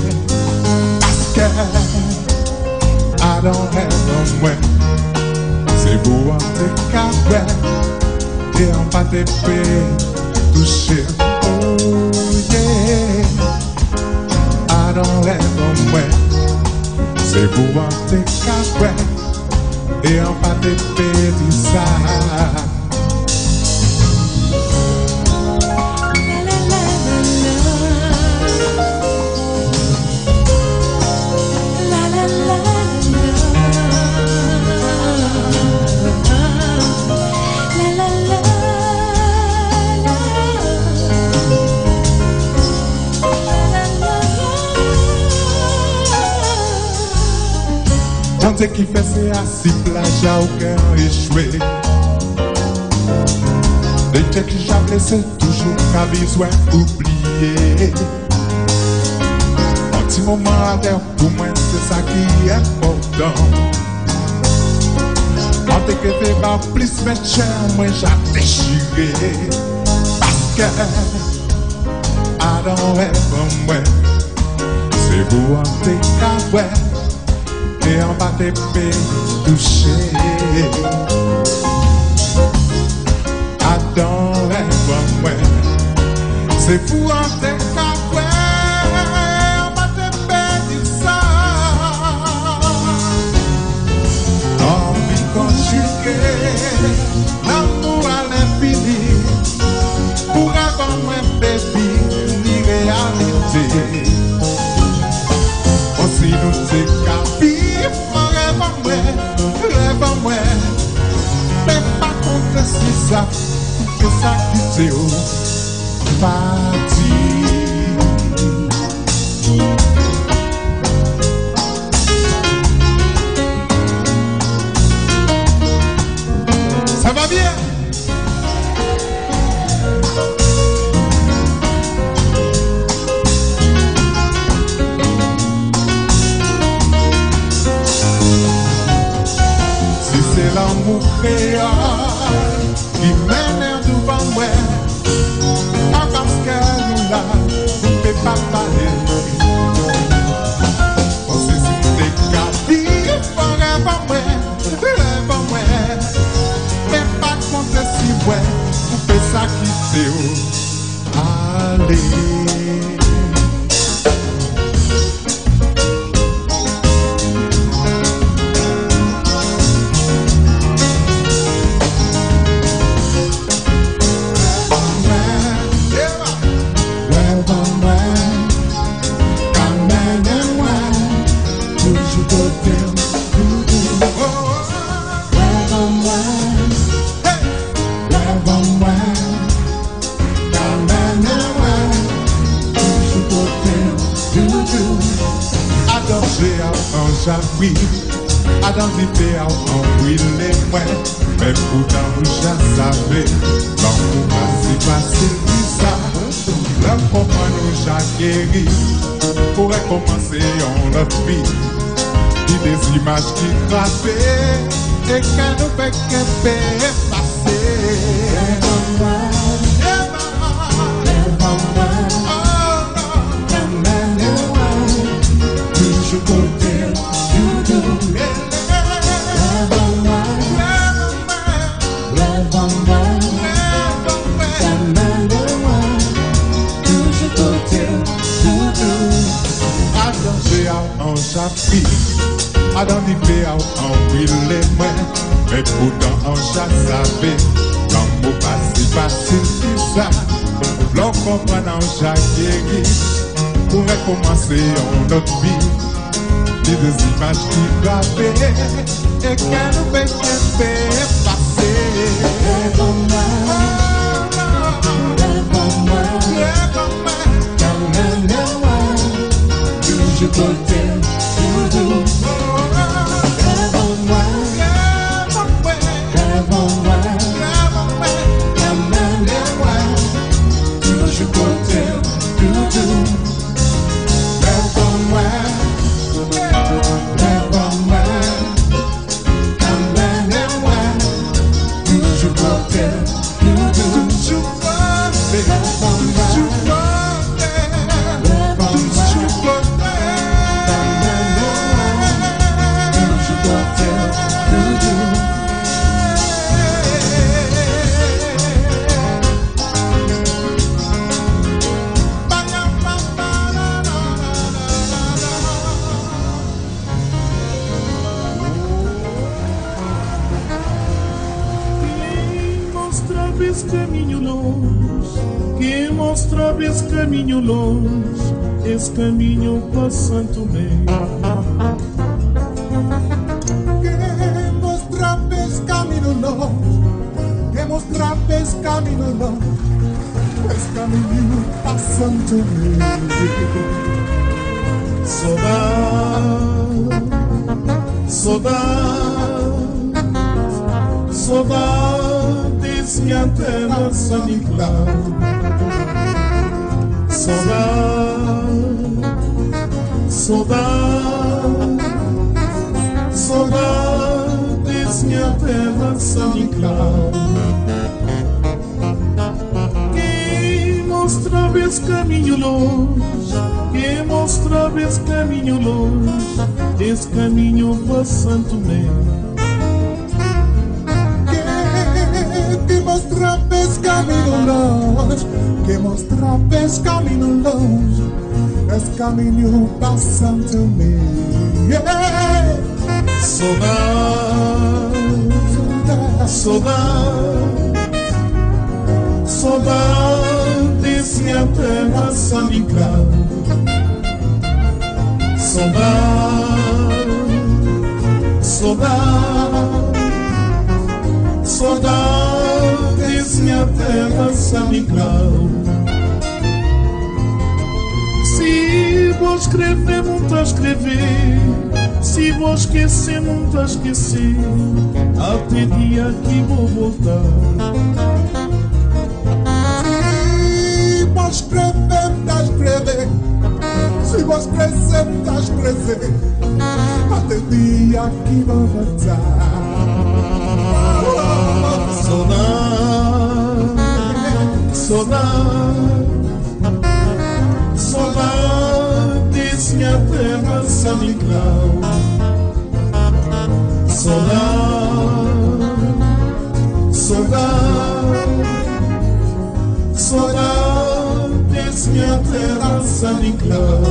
parce que I don't have no way. C'est vous en te cabrer et en pas te toucher. Oh yeah, I don't have no way. C'est vous en te cabrer et en pas te dire ça. Ce qui fait c'est assis plage à aucun échoué. Les gens qui j'appelais c'est toujours qu'à besoin oublier. Un petit moment à terre pour moi c'est ça qui est important. Quand t'es que fait pas plus mais cher moi j'ai déchiré. Parce que I don't have one way. C'est vous en t'es qu'à ouais. et en bas tes pieds touchés. Adam rêve moi, c'est fou en tes cafés, en bas tes pieds du sang. Envie conjuguée, l'amour à l'infini, pour avoir moins baby, ni réalité. Si nous t'es capis, rêve en moi, mais pas contre si ça, que ça quitte au parti. Ça va bien? L'amour créole qui mène devant moi, pas parce que nous là, nous ne pouvons pas parler. On sait si t'es capable, rêve en moi, mais pas contre si ouais, vous faites ça quitter. Allez. Oui, à dans les pays en brûlé moi, mais pourtant vous já savez, l'amour c'est facile tout ça. L'homme comprend nous já guéri, pourrait commencer en notre vie. Il des images qui frappent et qu'elle nous fait qu'elle fait passer. Toujours côté. A dans les pays en brûlé moi, mais pourtant en chasse savait, l'amour pas si facile que ça. L'on comprend en chaque guéri, pourrait commencer en notre vie. Des images qui frappaient et qu'elle nous fait passer. Toujours côté. Esse caminho longe, esse caminho para Santo Tomé. Que mostrar esse caminho longe, que mostrar esse caminho longe, esse caminho para Santo Tomé. Saudades que a terra se aniquilaram. Saudades minha terra São Cláudio, que mostrava esse caminho longe, que mostrava esse caminho longe, esse caminho para Santo Tomé. Que mostrava esse caminho longe, que mostrava esse caminho longe, esse caminho para Santo Tomé. Saudade, saudade, saudade desse a terra sanical. Saudade, saudade, saudade desse a terra sanical. Se vou escrever, muito a escrever. Se vou esquecer, muito a esquecer. Até dia que vou voltar. Se vou escrever, muito a escrever. Se vou esquecer, muito a esquecer. Até dia que vou voltar. Saudade, saudade, saudade desse a terra sanical. Saudade, saudade, saudade desse a terra sanical.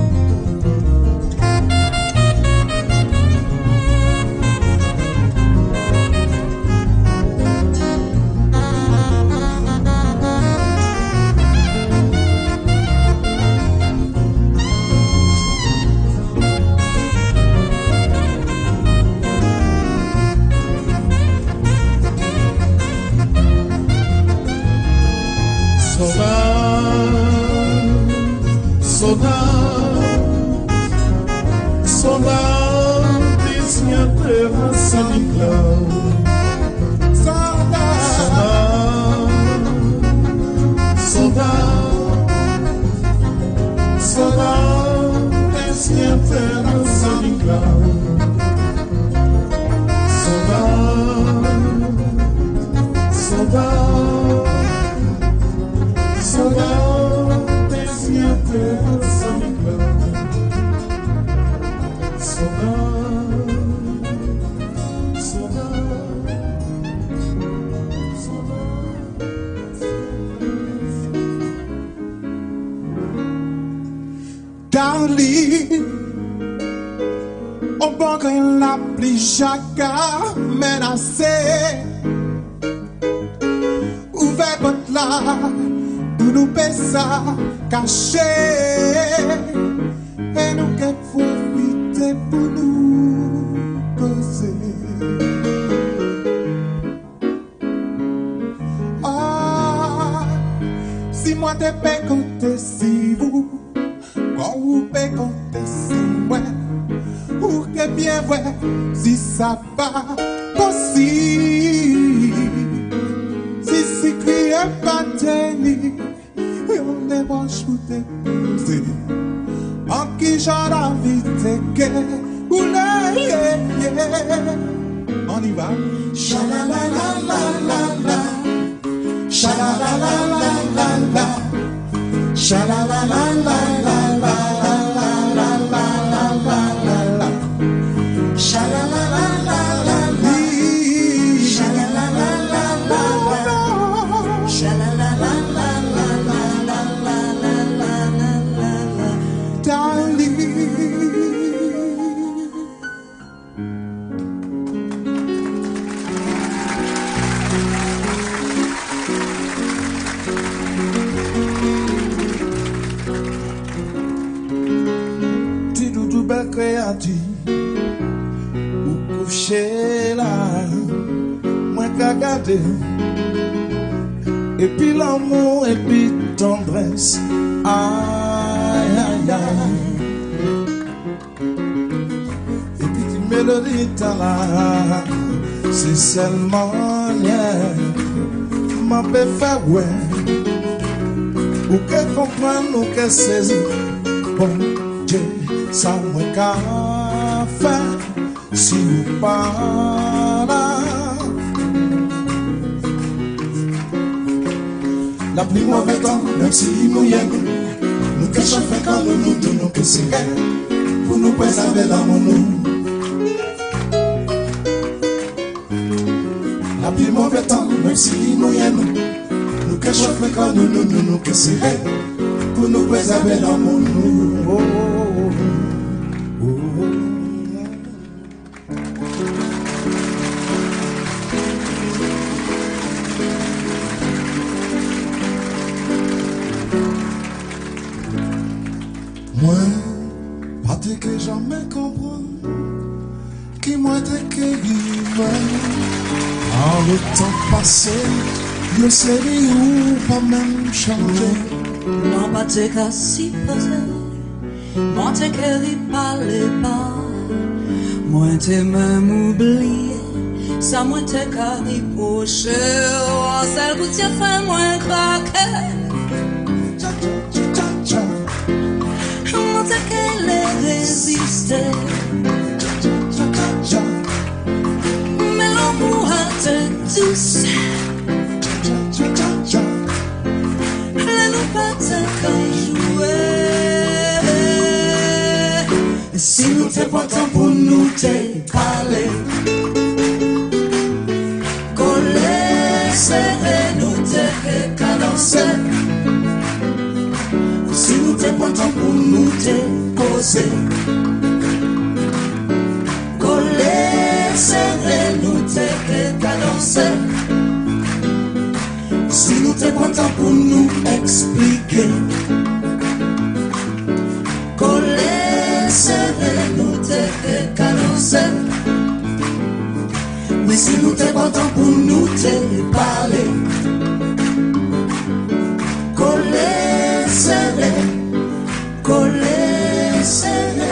Saudade, saudade desse a terra sanical. Saudade, saudade, saudade desse a terra sanical. Saudade, saudade, saudade desse a terra sanical. Saudade, saudade, saudade. darling, on va quand la pluie chaque menacée. Ouvert votre là, pour nous baisser, cacher. Et nous qui profiter pour nous causer. Ah, si moi t'es pas côté si vous, quand vous pas côté si moi, ou que bien vrai, si ça va possible. Si crie pas tenir, et on débranche pour te poser. En qui j'en envie de que oulé, on y va. Sha-la-la-la-la-la-la, sha-la-la-la-la-la-la, sha-la-la-la-la-la-la-la-la-la-la-la, sha-la-la-la-la-la-la, sha-la-la-la-la-la-la-la-la-la-la-la-la, darling. Créatif ou couché là, moi qu'à garder. Et puis l'amour et puis tendresse, aïe aïe aïe. Et puis tu mélodie t'as là, c'est seulement yeah, m'a fait faire ouais, ou que comprendre ou que saisir, bon Dieu. Ça m'a qu'à faire si ou pas là. La pluie mauvais temps, même si nous y est, nous cachons fait quand nous donnons que c'est pour nous préserver l'amour nous. La plus mauvais temps, même si nous y nous, nous cachons fait quand nous donnons que c'est pour nous préserver l'amour nous. Oh, oh, oh, oh, oh. Moi, pas te que jamais comprendre qui moi te que vivre. En le temps passé, je sais ou pas même changer. Moi pas te que si peut-être, moi te que lui parle pas. Moi te même oublié, ça moi te que reproché. En celle que tu as fait moi craquer. Moi te qu'elle résister. Mais l'amour a te douce. Elle nous pas te jouer. Si nous t'es pas temps pour nous te parler, coller, serrer, nous te cadencer. Si nous t'es pas temps pour nous te poser, coller, serrer, nous te cadencer. Si nous t'es pas temps pour nous expliquer, coller, serrer, nous te cadencer. Mais si nous t'es pas temps pour nous te parler, coller, serrer, coller, serrer.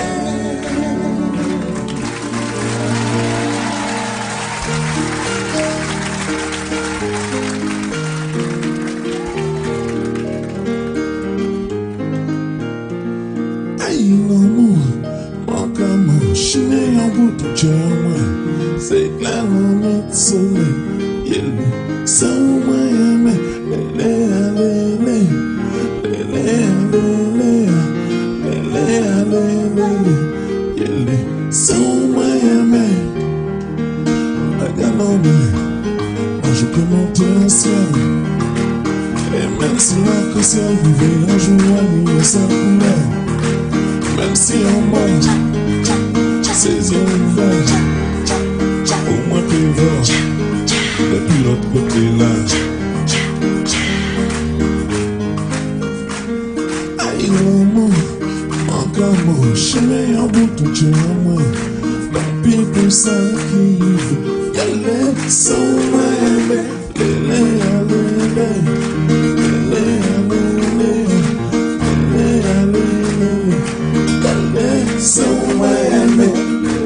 Aïe l'amour, mon gamin, chimé en bout de diamant. C'est clair, on est soleil. Il ça moi aimé, lélé, lélé, lélé, lélé, lélé, il ça moi aimé. Regarde-moi, je peux monter en ciel. Et même si l'arc-en-ciel vivait un jour à nuit sans couleur, même si on mange, ses yeux ouverts, au moins tu vois, depuis l'autre côté là. Aïe l'amour, encore mon chemin en bout de Dieu à moi. Depuis pour ça qui veut, y'a les sons moi aimé, lélé, lélé, lélé, lélé, so why me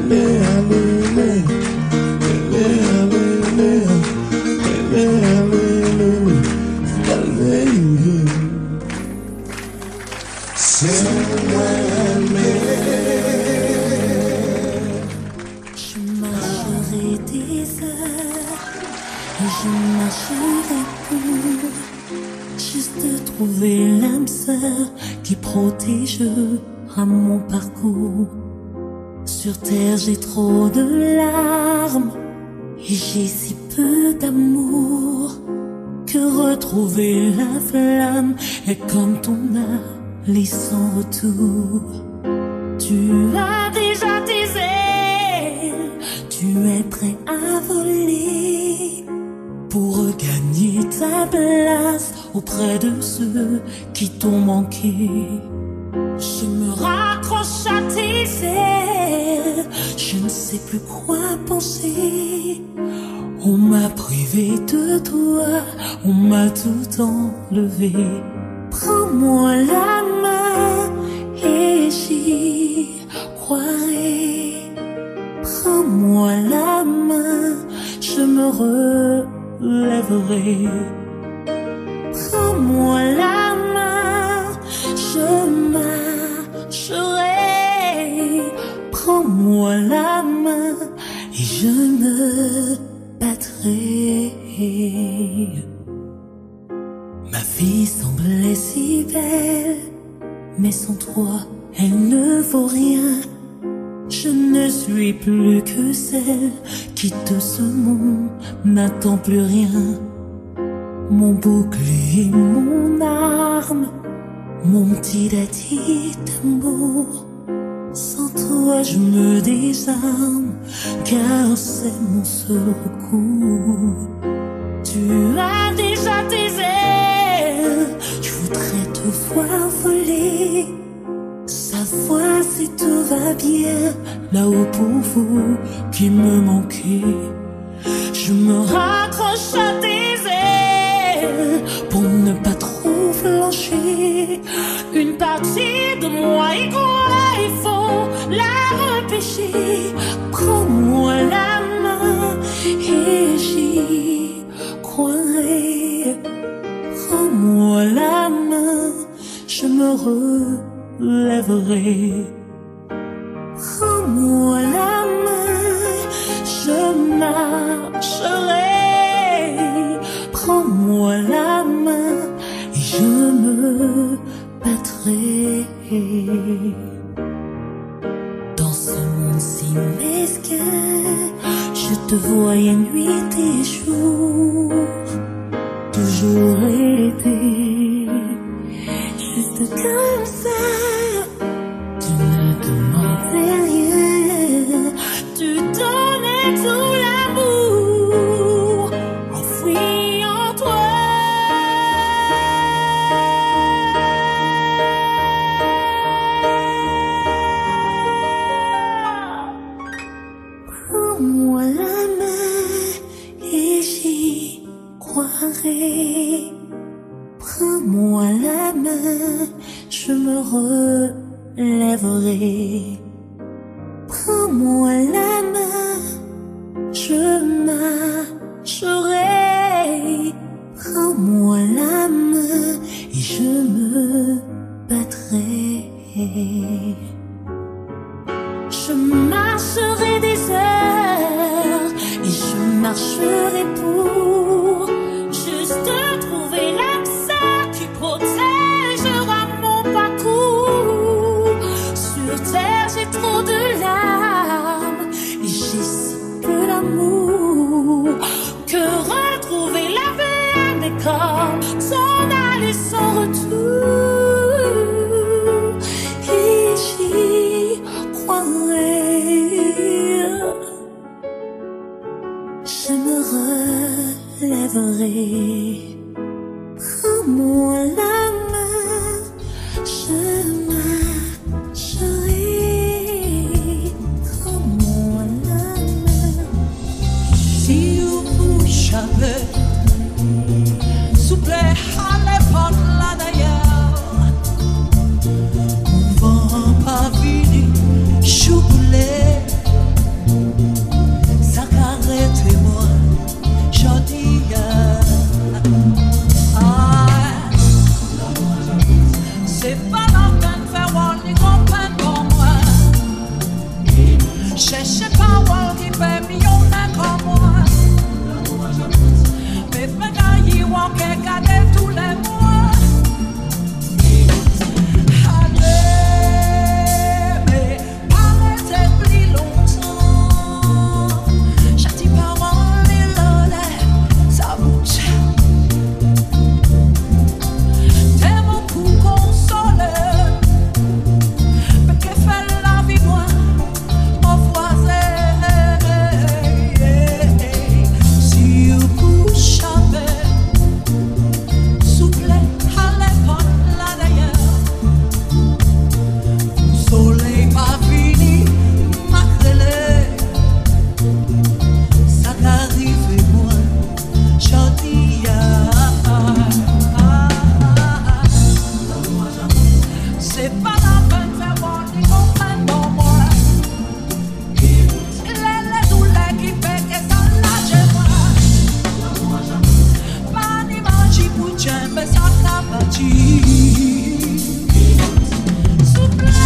Je marcherai des heures et je marcherai pour juste trouver l'âme sœur qui protégera mon parcours. Sur terre j'ai trop de larmes et j'ai si peu d'amour que retrouver la flamme est comme ton aller sans retour. Tu as déjà tes ailes, tu es prêt à voler pour regagner ta place auprès de ceux qui t'ont manqué. Je me raccroche à tes ailes, je ne sais plus quoi penser. On m'a privé de toi, on m'a tout enlevé. Prends-moi la main et j'y croirai. Prends-moi la main, je me relèverai. Prends-moi la main, je marcherai. Prends-moi la main et je me battrai. Ma vie semblait si belle, mais sans toi, elle ne vaut rien. Je ne suis plus que celle qui de ce monde n'attend plus rien. Mon bouclier, mon arme, mon petit daddy d'amour. Sans toi je me désarme, car c'est mon seul recours. Tu as déjà tes ailes, je voudrais te voir voler, savoir si tout va bien là-haut pour vous qui me manquez. Je me raccroche à tes ailes pour ne pas trop flancher. Une partie de moi y croit, il faut la repêcher. Prends-moi la main et j'y croirai. Prends-moi la main, je me relèverai. Prends-moi la main, je marcherai. Prends-moi la main et je me battrai. Dans ce monde si mesquin, je te voyais nuit et jour, toujours été, juste comme ça. Tu ne demandais rien, tu donnais tout l'amour enfoui en toi. Prends-moi la main et j'y croirai. Prends-moi la main, je me relèverai. Prends-moi la main, je marcherai. Prends-moi la main et je me battrai. Je marcherai des heures et je marcherai pour juste trouver l'accès qui protégera mon parcours. Sur terre j'ai trop de larmes et j'ai si peu d'amour que retrouver la veine des corps, s'en aller sans retour. Et j'y croirai. Je me relèverai. Prends-moi la main, je marcherai. Prends-moi la main. Si vous savez, souple à l'époque là d'ailleurs, on va pas venir chouler, ça carrette moi, j'en dis. C'est pas la peine de faire voir les comprendre pour moi. Cherchez pas voir qui fait million comme moi. Mais fais gagner ou garder tous les mois. Allez, mais arrêtez plus longtemps. J'attire pas voir les lolets, ça bouge. Tellement pour consoler, mais que fait la vie moi, mon voisin. Si vous couchez avec, souple à l'époque là d'ailleurs, soleil pas fini, macrelé, ça qu'arrive moi, j'en dis. C'est pas la peine de faire voir les comprendre pour moi. Les douleurs qui fait que ça lâche moi. Pas d'image pour j'aime, mais ça n'a pas dit. Souple,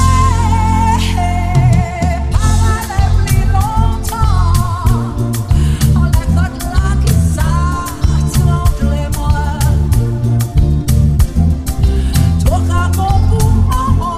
pas aller plus longtemps. On les codes là qui s'attrapent les mois. Toca com pulmão.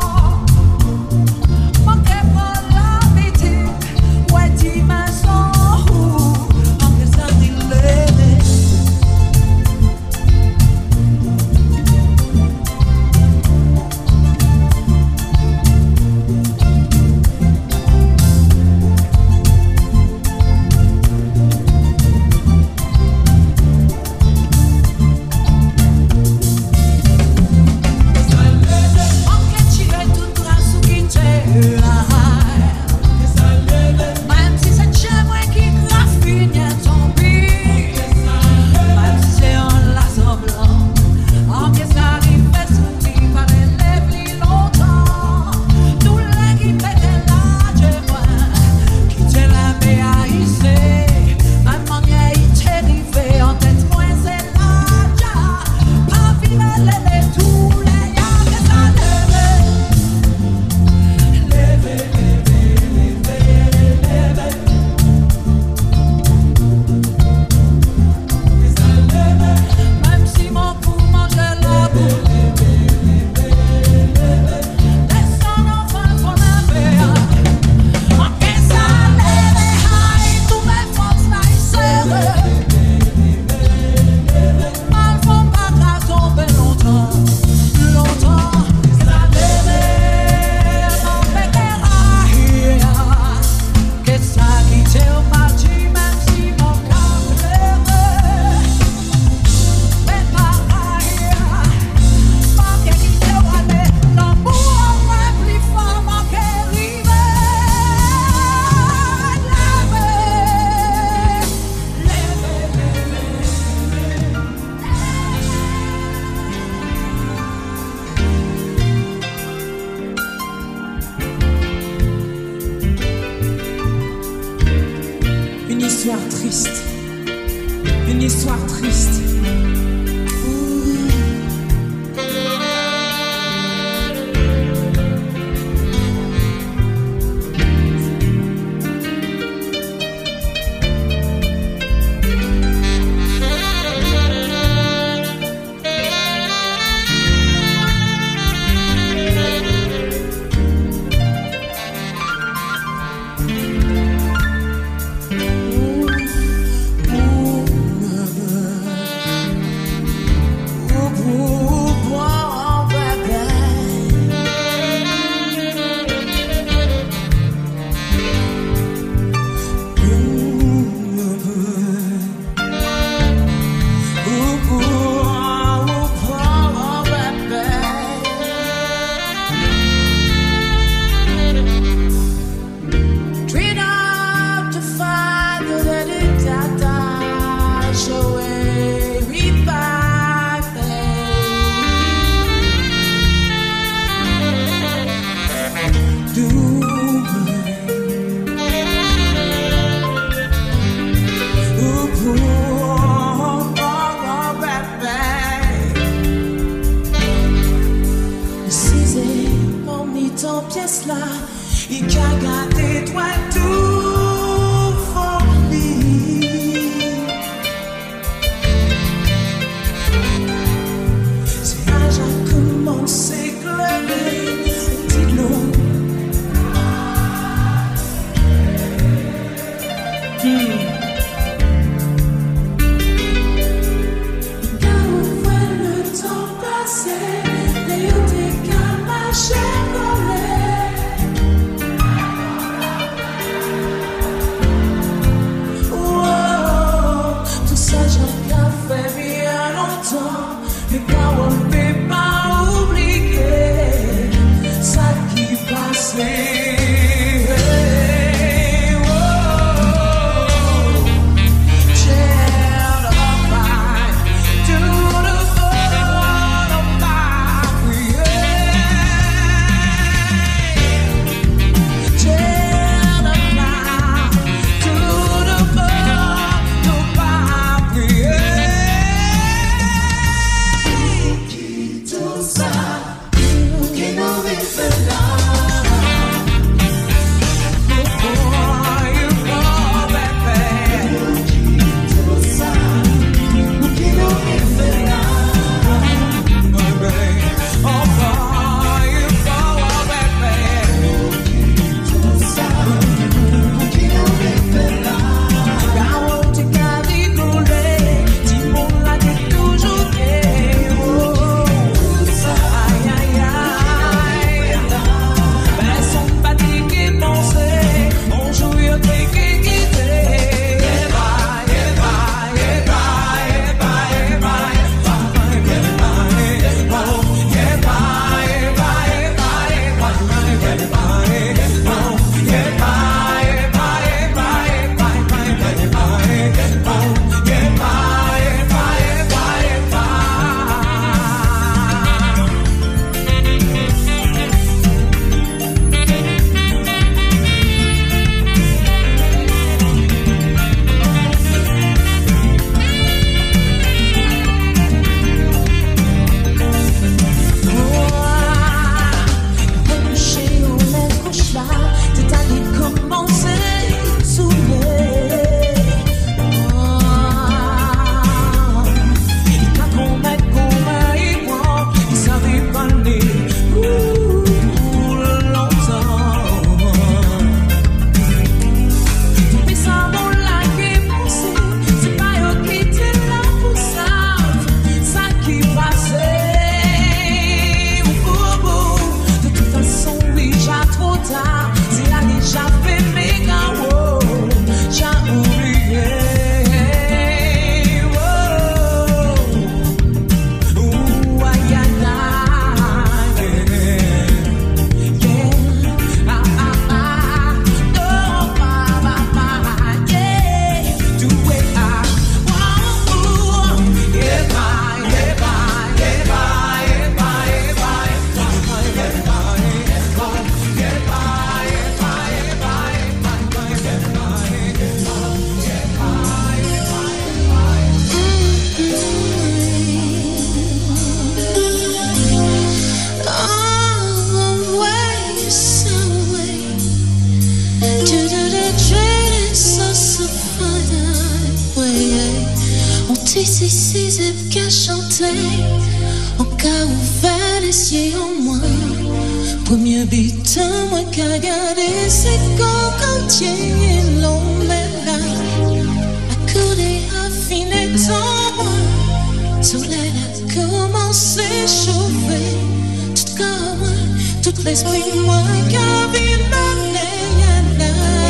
qu'à ouvert les yeux en moi. Premier but, moi qu'à garder, c'est quand tient l'homme là. Accoudé à finir en moi. Soleil a commencé à chauffer. Tout comme tout l'esprit, moi qu'à vivre la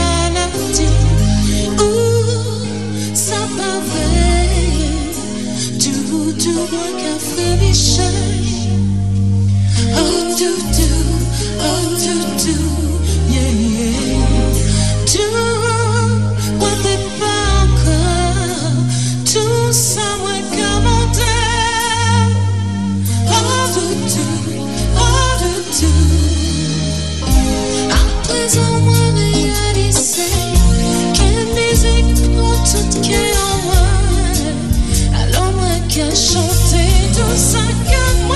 ça va tout moi qu'à faire les choses. Oh, tout, yeah, yeah. Tout, moi t'es pas encore. Tout ça, moi commandé. Oh, tout. À présent, moi réalisé. Quelle musique pour tout cœur en moi. Alors, moi qu'à chanter tout ça que moi.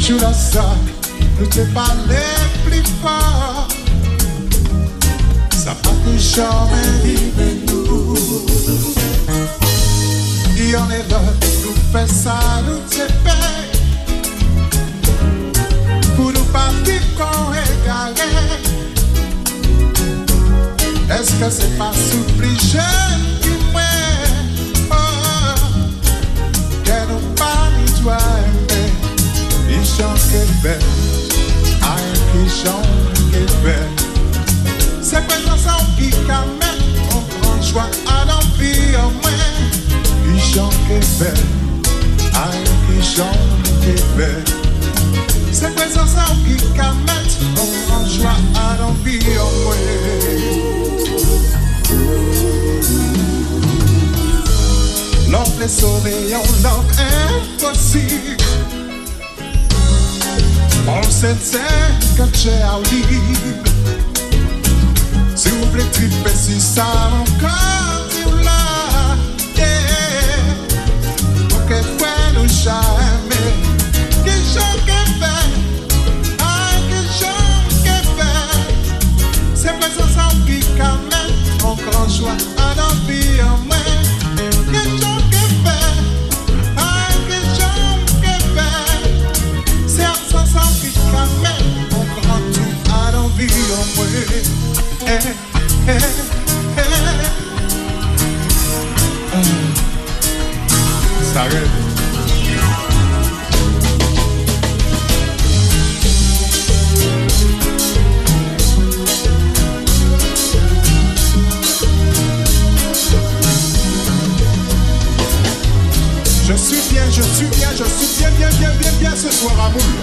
Sous la salle, nous te parler plus fort. Ça va plus jamais vivre nous. Et on est là, nous fait ça, nous te paye. Pour nous partir qu'on est garé. Est-ce que c'est pas supplié qui mouait? Oh, que nous parlons toi aimer. Ils chantent que belle, aïe, ils chantent que belle. C'est présent ça qui camène, on prend joie à l'envie au moins. Ils chantent que belle, aïe, ils chantent que belle. C'est présent ça qui camène, on prend joie à l'envie au moins. L'homme les soleils, on l'homme impossible. On sait que j'ai à libre. Si vous voulez triper, si ça encore vous là, yeah. Pour que toi nous jamais. Que j'en que fait, ah que j'en que fait. C'est présent ça qui camène, on grand joie à l'envie en main. Que j'en que fait, ah que j'en que fait. C'est absence en qui camène, on grand tout à l'envie en main. Ça rêve. Je suis bien ce soir à Moule.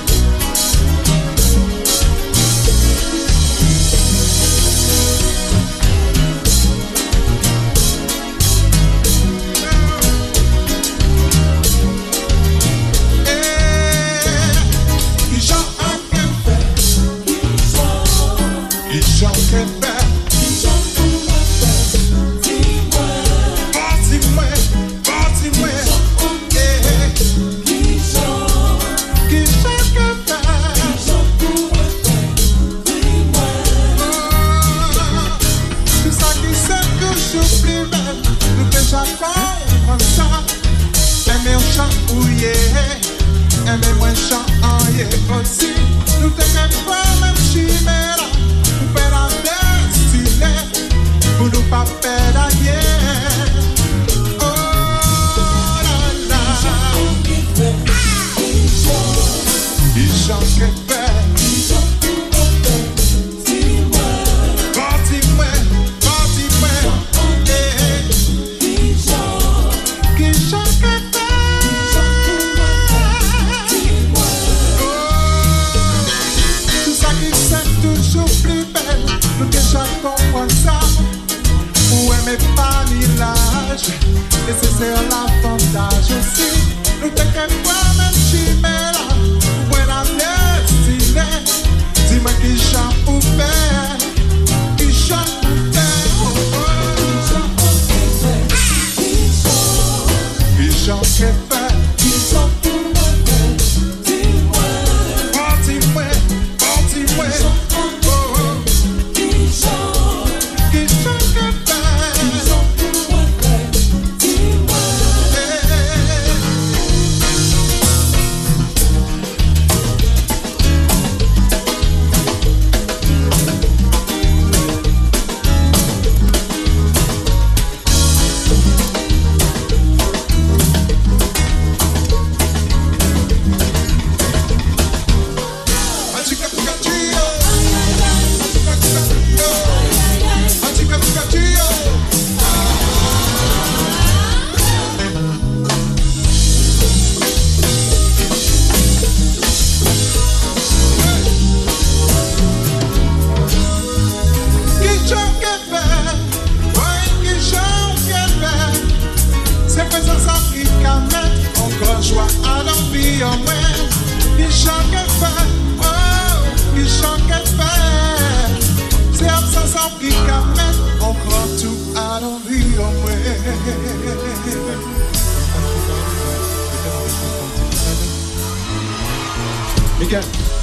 Nickel.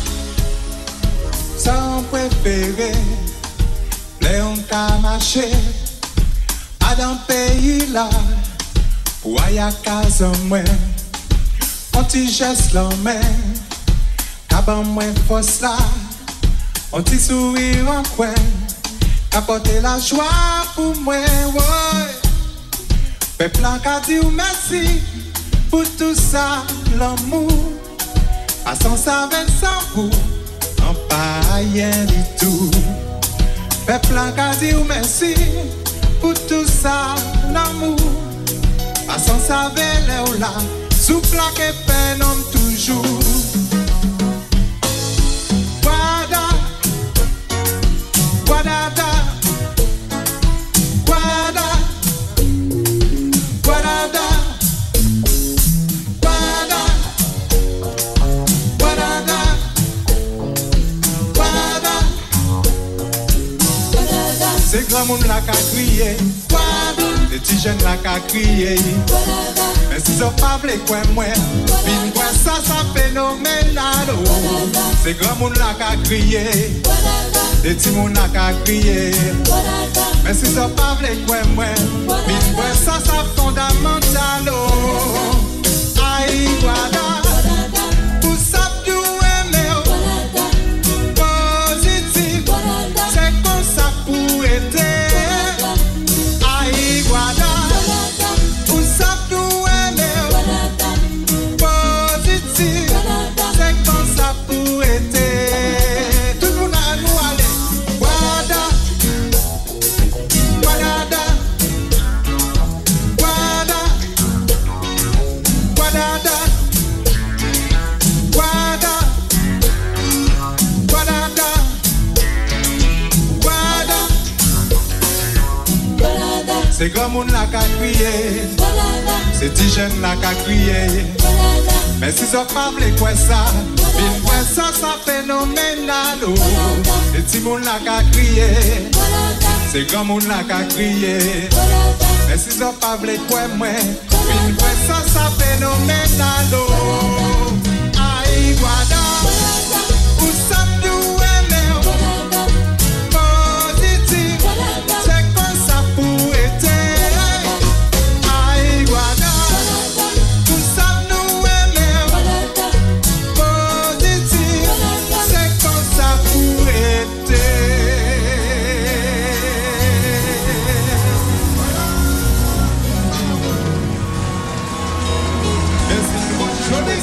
Sans préférer, Léon qu'a marché, à dans pays là, pour aller à casa moi, on t'y geste la main, caban moi force là, on t'y sourire en coin, apporter la joie pour moi, ouais. Peuple en qu'a dit merci pour tout ça, l'amour, à sans avec sans vous. En pas rien du tout. Peuple en qu'a dit merci pour tout ça, l'amour. Pas sans savoir les là, sous plaque et peine homme toujours. Guada, guadada, guada, guadada, guada, guadada. C'est grand monde là qui a crié, les petits jeunes là qui a crié. Mais si ça pas voulu quoi moi, puis quoi ça phénoménal. C'est grand monde là qui a crié, les petits monde là qui a crié. Mais si ça pas voulu quoi moi, puis quoi ça fondamental. Aïe voilà, pour ça tu aimes positif, c'est comme ça pour être. Aïe voilà, pour ça tu aimes positif, c'est comme ça pour être. Tout le monde a nous aller. Guada, guada, guada, guada, guada, guada, guada. C'est grand monde là qui a crié, c'est petit jeune là qui a crié. Mais si ça pas voulu quoi ça, puis quoi ça phénoménal. Les petits monde là qui a crié, c'est grand monde là qui a crié. Mais si ça pas voulu quoi moi, puis quoi ça phénoménal. Aïe guada, pour ça nous aimer positif, c'est comme ça pour être. Aïe guada, pour ça nous aimer positif, c'est comme ça pour être. Merci, bonne journée.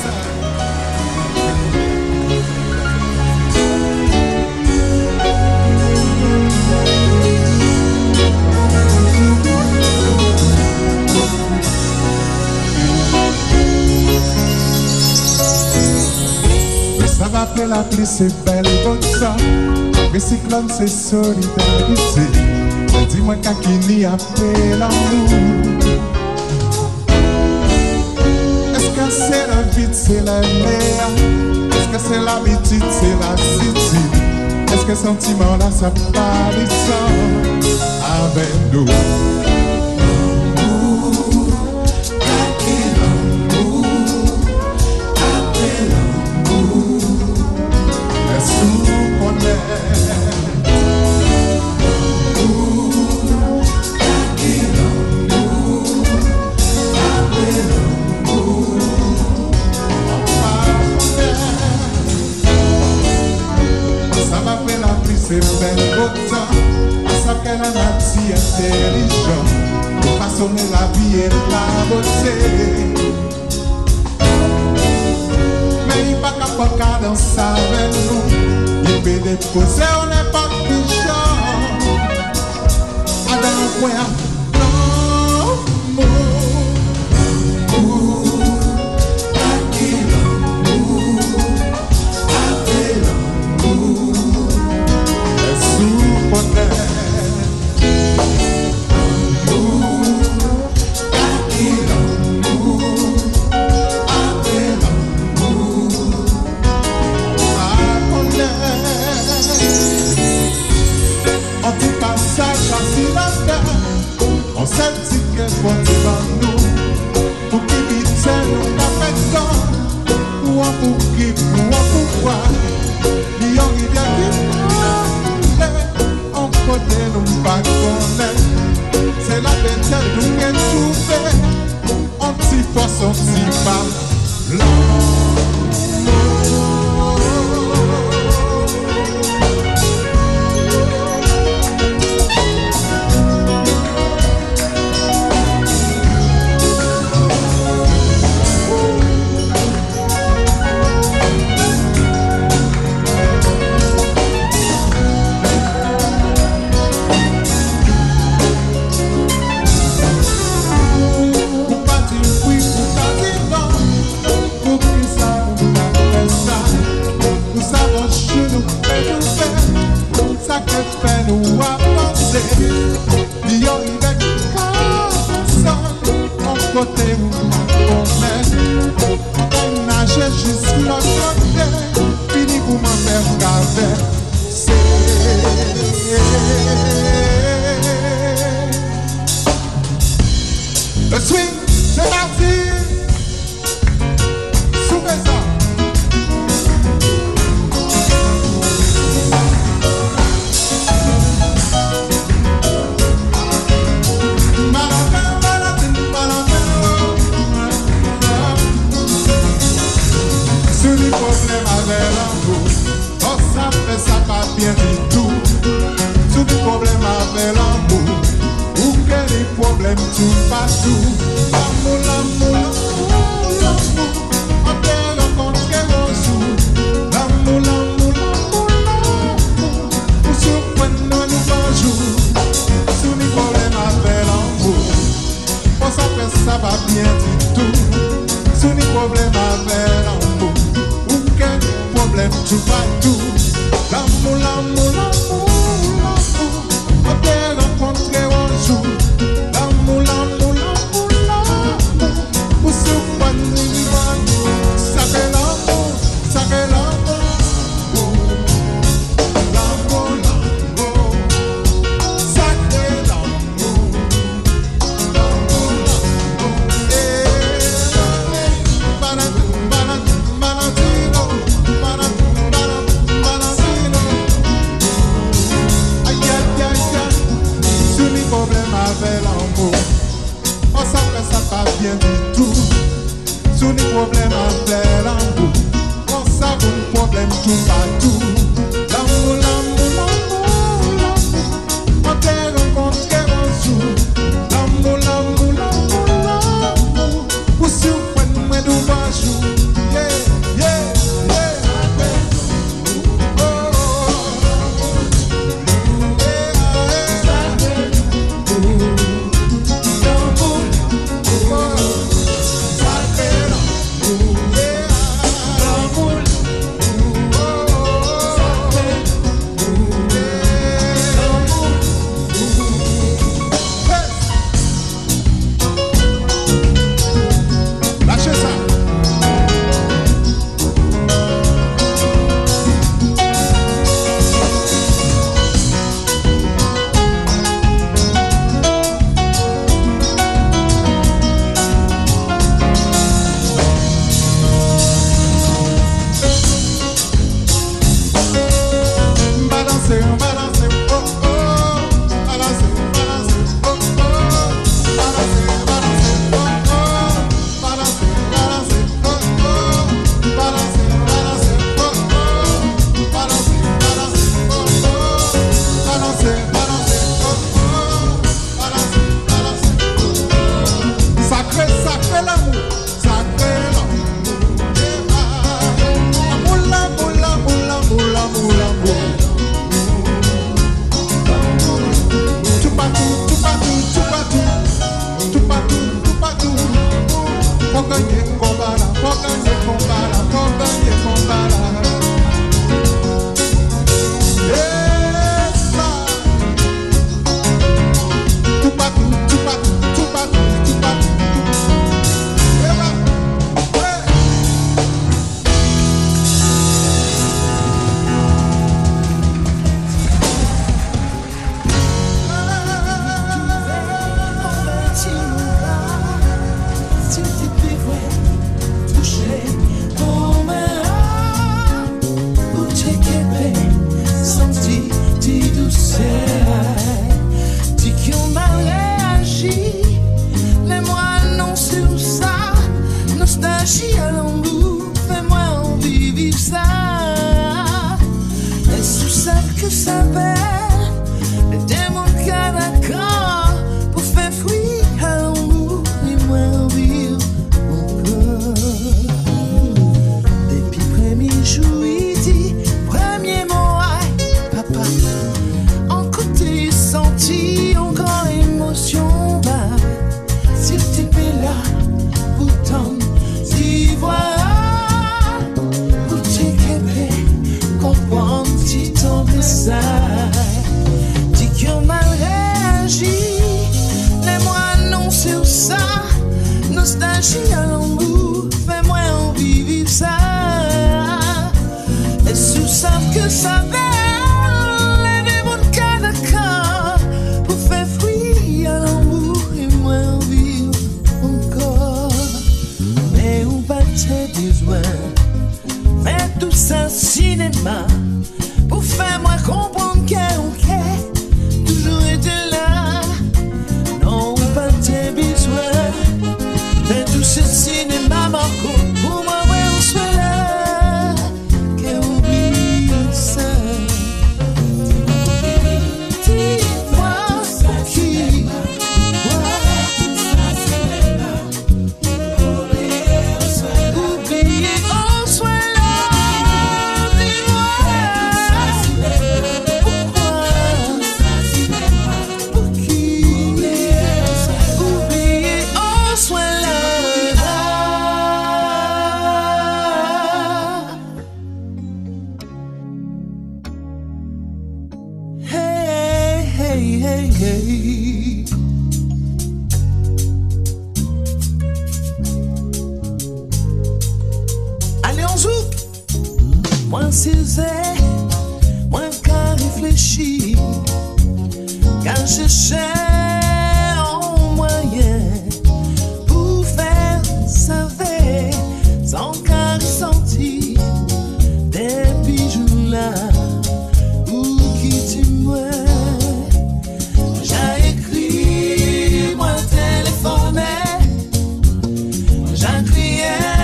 Ça va faire la pluie, c'est belle comme ça. Mais cyclone, c'est solidarité. Dis-moi qu'à qui n'y a pas l'amour. Est-ce que c'est la vie, c'est la mer? Est-ce que c'est l'habitude, c'est la city? Est-ce que sentiment là, ça part du sang avec nous? C'est belle autant, à ça qu'elle a un petit intelligent, pour façonner la vie et la beauté. Mais il pas capable de danser avec nous, il peut déposer on n'est pas pigeon. À dans le coin, problème avec l'amour. Oh, ça fait ça pas bien du tout. Tout le problème avec l'amour. Ou quel est le problème tout partout. L'amour, l'amour, l'amour, l'amour. On te rencontre un jour. L'amour, l'amour, l'amour, l'amour. Pour surprendre nous un jour. Tout le problème avec l'amour. Oh, ça fait ça pas bien du tout. Tout le problème avec l'amour. Ou quel problème tout partout. L'amour, l'amour, l'amour, l'amour. On te rencontre un jour. L'amour, l'amour, l'amour, l'amour. Pour surprendre nous un jour. Ça fait l'amour, ça fait l'amour. L'amour, l'amour. Ça fait l'amour. L'amour, l'amour. Avec l'amour, oh ça fait ça pas bien du tout. Sous les problèmes avec l'amour, oh ça vaut le problème tout partout. L'amour, l'amour, l'amour, l'amour, on te rencontre un jour. L'amour, l'amour, l'amour, l'amour, pour surprendre moi de un jour. Yeah, yeah, yeah. Oh, oh, lâchez ça. Balancez, balancez, oh oh. Balancez, balancez, oh oh. Balancez, balancez, oh oh. Balancez, balancez, oh oh. Balancez, balancez, oh oh. Balancez, balancez, oh oh. Balancez, balancez, oh oh. Balancez, balancez, oh oh. Sacré, sacré l'amour. Sacré l'amour. L'amour, l'amour, l'amour, l'amour, l'amour, l'amour. Tout partout, tout partout, tout partout, tout partout, tout partout. Faut gagner combat là, faut gagner combat là, faut gagner combat là. Yes, ça. Tout partout, tout partout, tout partout, tout partout. Eh ben, ouais. Si tu pouvais toucher ton main, où tu es senti tes douceurs, dis qu'on m'a réagi, mais moi non sur ça, nostalgie à l'amour, fais-moi envie vivre ça. Est-ce que tu sais que ça va, le démon qu'à d'accord, pour faire fuir à l'amour, et moi vivre encore. Depuis premier jour, il dit, premier mot, aïe, papa, en côté senti, encore émotion, bah, si tu es là, pourtant, t'y vois, où tu es, comprendre, tu tombes ça. Dis qu'on m'a réagi, les moi non sur ça, nostalgie à l'amour, fais-moi envie vivre ça. Et sous savent que ça va, les démons qu'à d'accord, pour faire fuir à l'amour, et moi en vivre encore. Mais on va te besoin, fais tout ça cinéma, pour faire moi comprendre qu'on toujours été là. Non, pas tes besoins, fais tout ce cinéma, Marco, pour moi, ouais, on soit là. Allez, on zouk. Moi, c'est moi, qu'à réfléchir, qu'à chercher un moyen pour faire savoir sans qu'à ressentir des bijoux là. J'ai écrit, moi téléphoné, j'ai crié,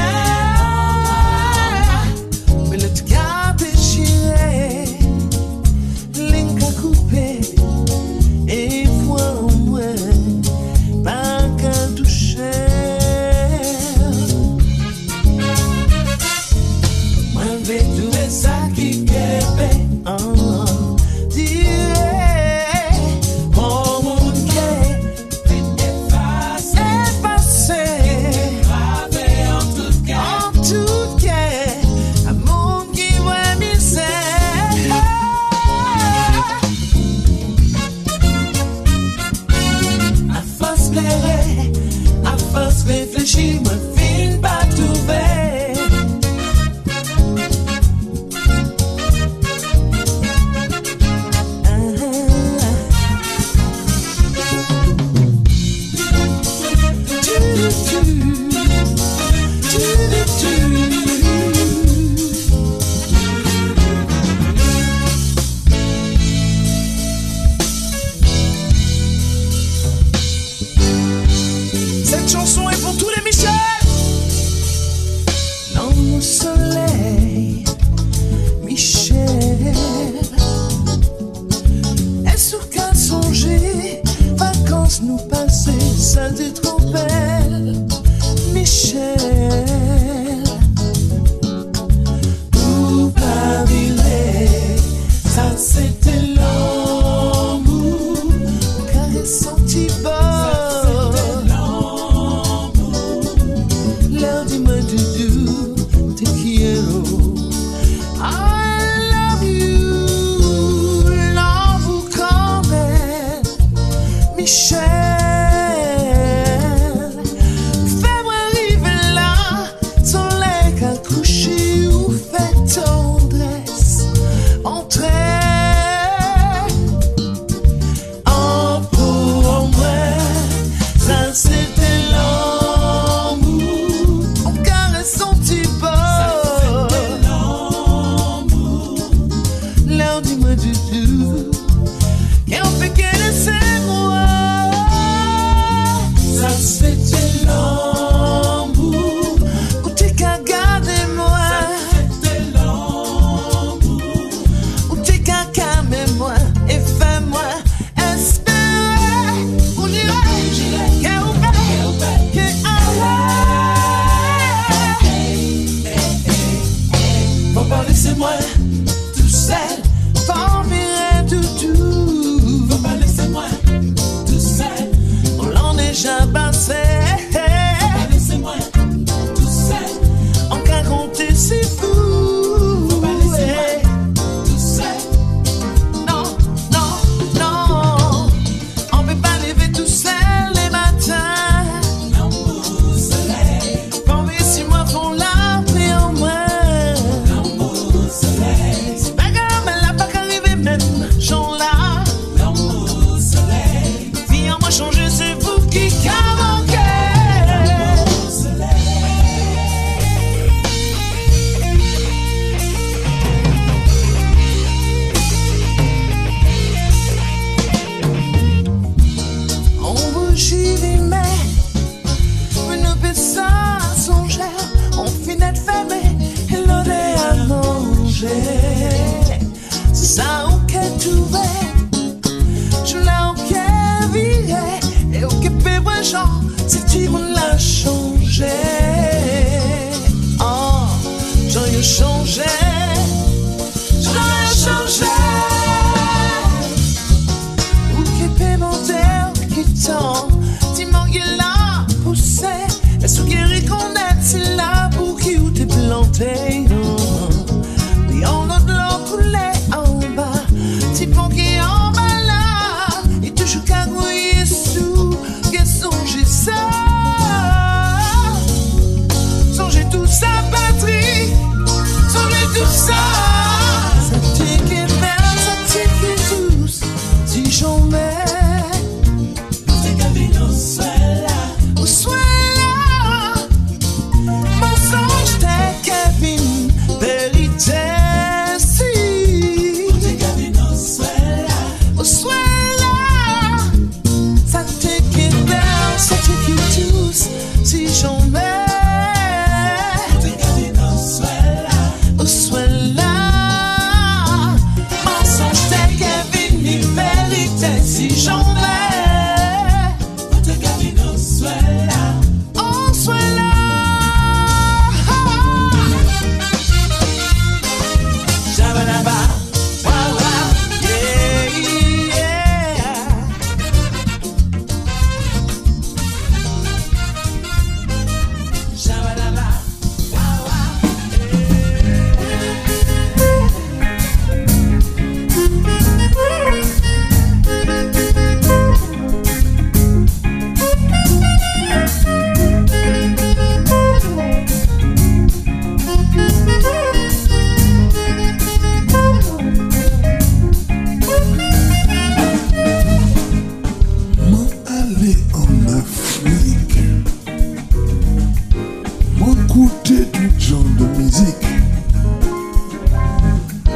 mais le cas déchiré, ligne à couper, et moi au moins, pas qu'à toucher. Moi, vais trouver ça qui guépait. Réfléchis, moi, fin pas trouver. Cette chanson est pour tous les Michel. L'homme au soleil, Michel. Est-ce qu'à songer, vacances nous passer, ça te trop belle, Michel. Pour pas virer, ça c'était l'amour, caressant petit bord. Dis-moi doudou, te quiero. I love you, love quand même, Michel. Fais-moi arriver là, soleil qu'à coucher ou fait tendresse, entrer. En pour moi, ça c'était laissez-moi tout seul, pas virer du tout. Faut pas laisser-moi tout seul, on l'en est déjà passé. Faut pas laisser-moi tout seul, on qu'à compter c'est fou. Faut pas laisser-moi tout seul, non, non, non. On peut pas lever tout seul les matins. L'amour soleil, pour mes 6 mois font la pluie en moi. Changer, c'est vous qui manqué. On bougie les mains, une pisse à songer, on finit de fermer et l'odeur à manger. C'est ça on qu'est ouvert, je l'ai en et occupé moi genre si tu me l'as changé. Oh, j'en ai changé, j'en ai changé. Occupé mon terre qui tend, tu manques là poussé. Est-ce que guéri qu'on est si là pour qui ou t'es planté? Oui, on a de l'eau coulée en bas, tu manques en bas là.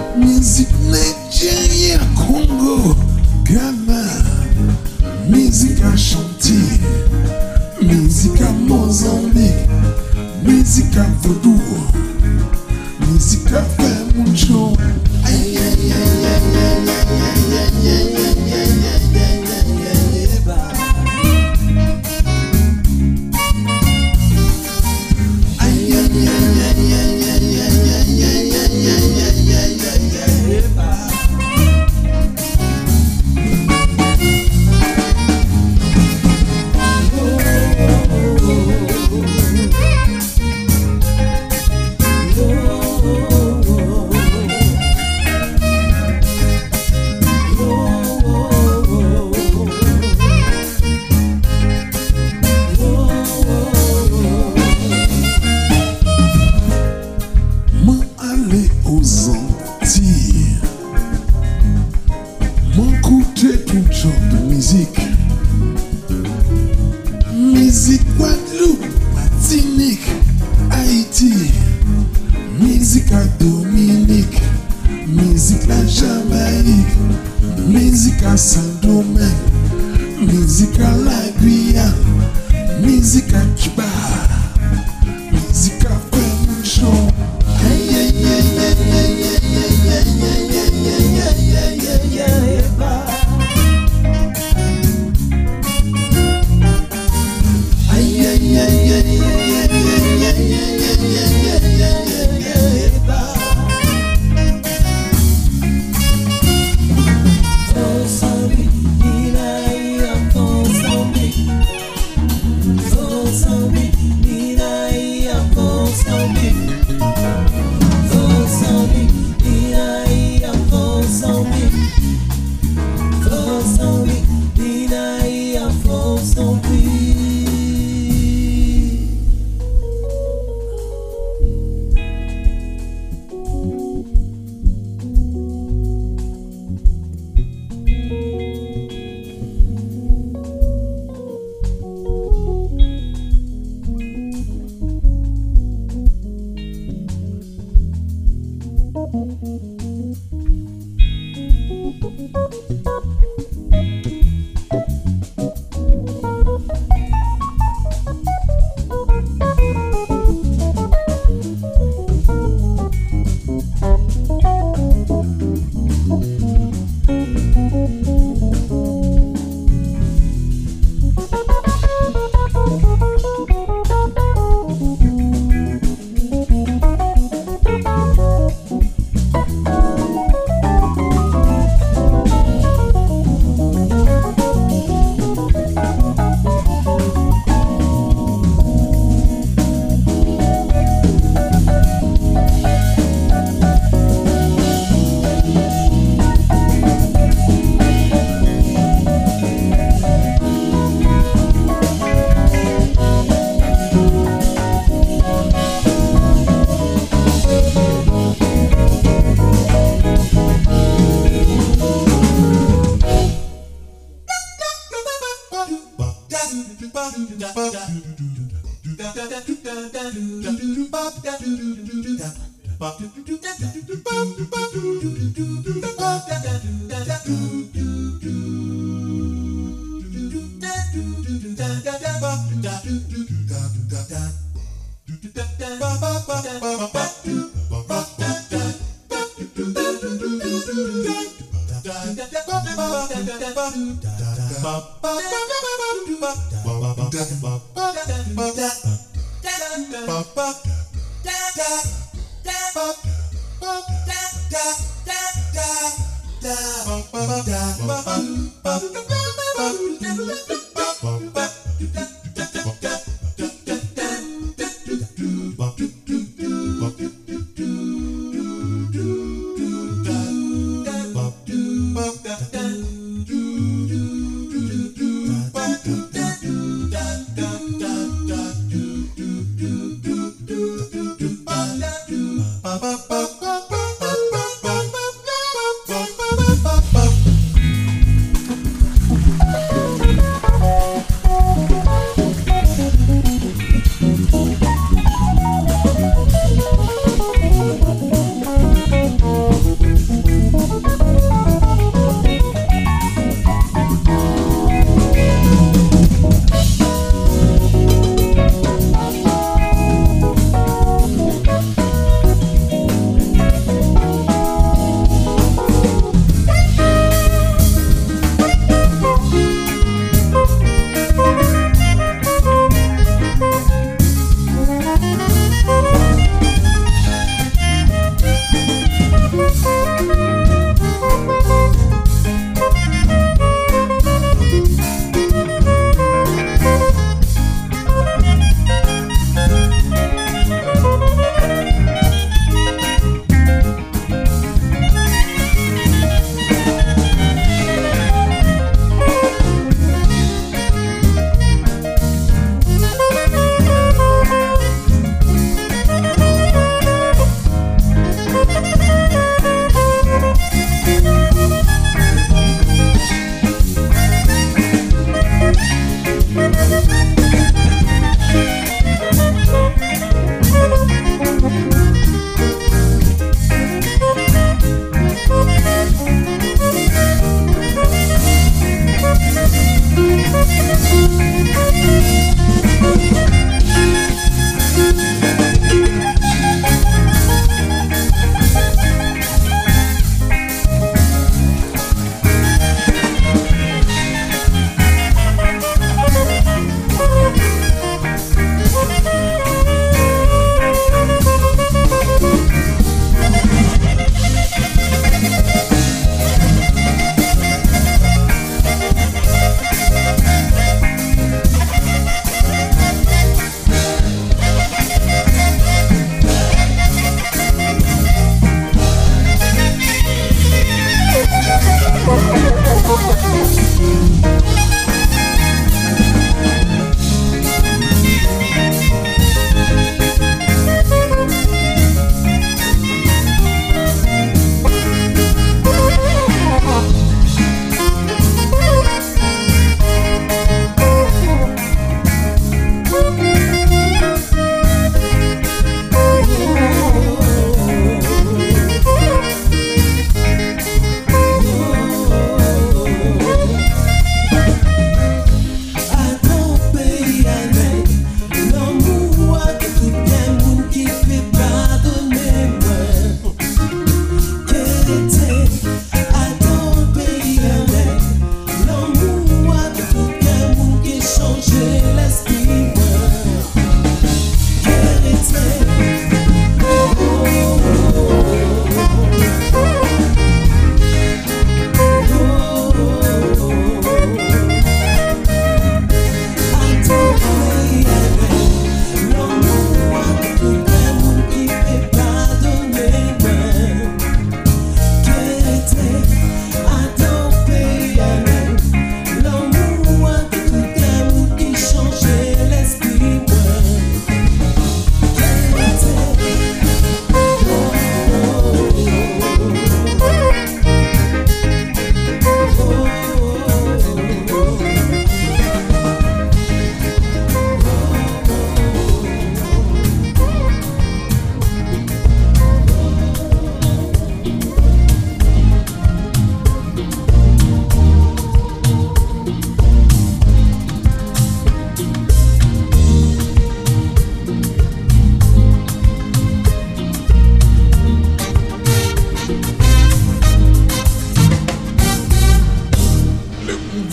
Musique Nigeria, Congo, Ghana, musique Ashanti, musique à Mozambique, musique à Vodou, musique à Fermucho. Aïe aïe aïe aïe aïe aïe aïe aïe aïe musique Guadeloupe, Martinique, Haïti, musique à Dominique, musique à Jamaïque, musique à Saint-Domingue, musique à la Guyane, musique à Cuba, musique à Fermucho. Aïe aïe aïe aïe aïe aïe aïe aïe aïe aïe aïe aïe aïe.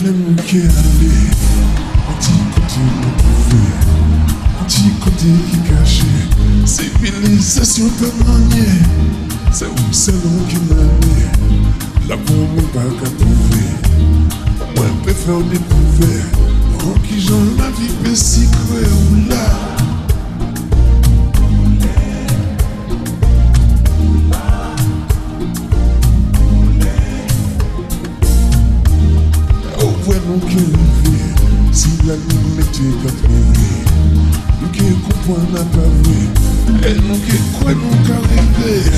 mon qui allait, un petit côté pour trouver, un petit côté qui cachait, civilisation peut manier, c'est où c'est l'on qui m'aimait, l'amour mon pas qu'à trouver, moi je préfère découvrir, en qui j'en la vie peut si cruelle ou là. Nous qui lever, si la lune était capturée, nous qui comprenons n'a pas vu, et nous qui croyons nous qu'arriver.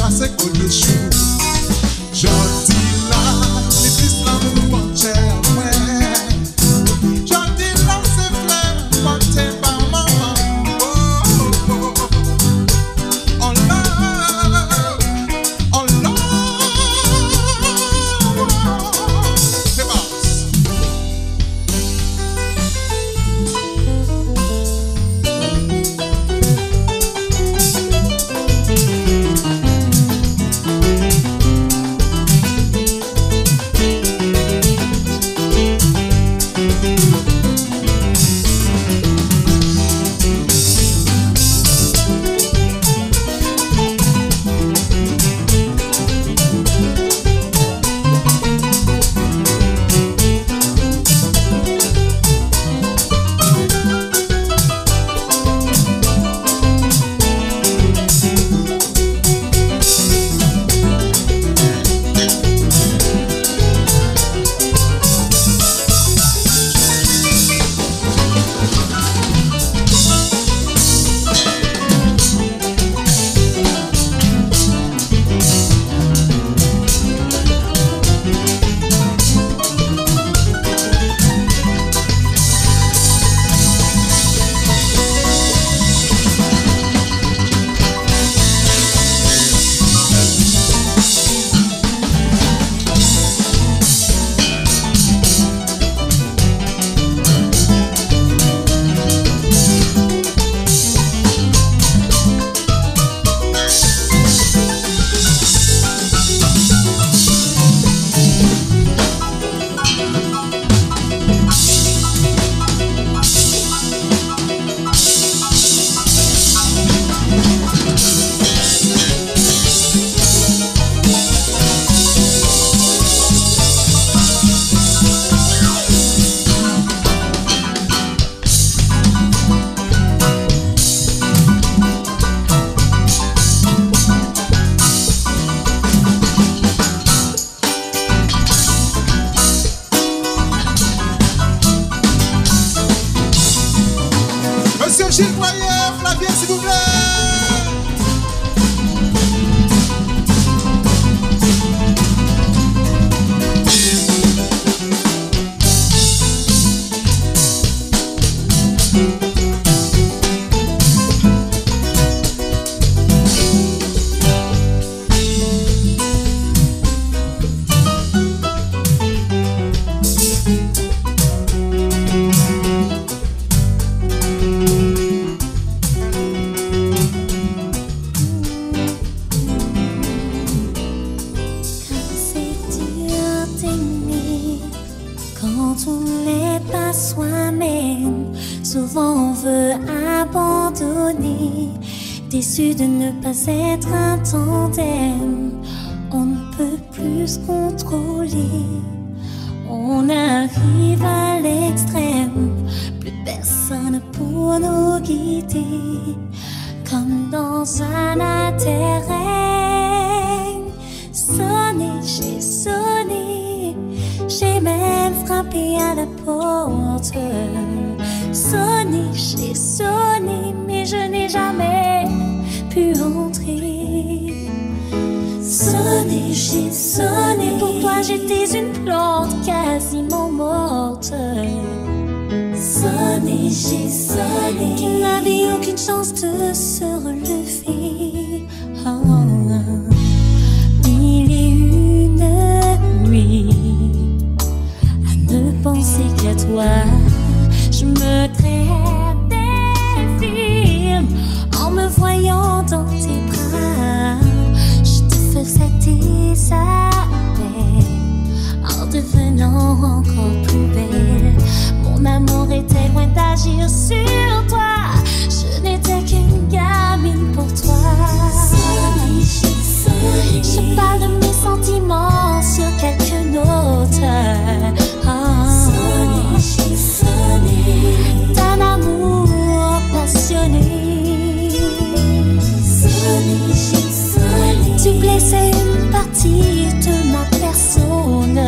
passer côté chou. Gentil là, les fils là nous manchèrent, ouais. Gentil là, c'est fleur, porté par maman. Oh, oh, oh. On love, on love. C'est bon. Monsieur Gilles Boyer, Flavien, s'il vous plaît. Souvent on veut abandonner, déçu de ne pas être un tandem. On ne peut plus se contrôler, on arrive à l'extrême. Plus personne pour nous guider, comme dans un interrègne. Sonner, j'ai sonné, j'ai même frappé à la porte. Sonné, j'ai sonné, mais je n'ai jamais pu entrer. Sonné, j'ai sonné, pour toi j'étais une plante quasiment morte. Sonné, j'ai sonné, qui n'avait aucune chance de se relever. Oh. Mille et une nuits à ne penser qu'à toi. Je me crée des films en me voyant dans tes bras. Je te faisais tes appels en devenant encore plus belle. Mon amour était loin d'agir sur toi. Je n'étais qu'une gamine pour toi. Je parle de mes sentiments sur quelques notes. D'un amour passionné. Tu blessais une partie de ma personne.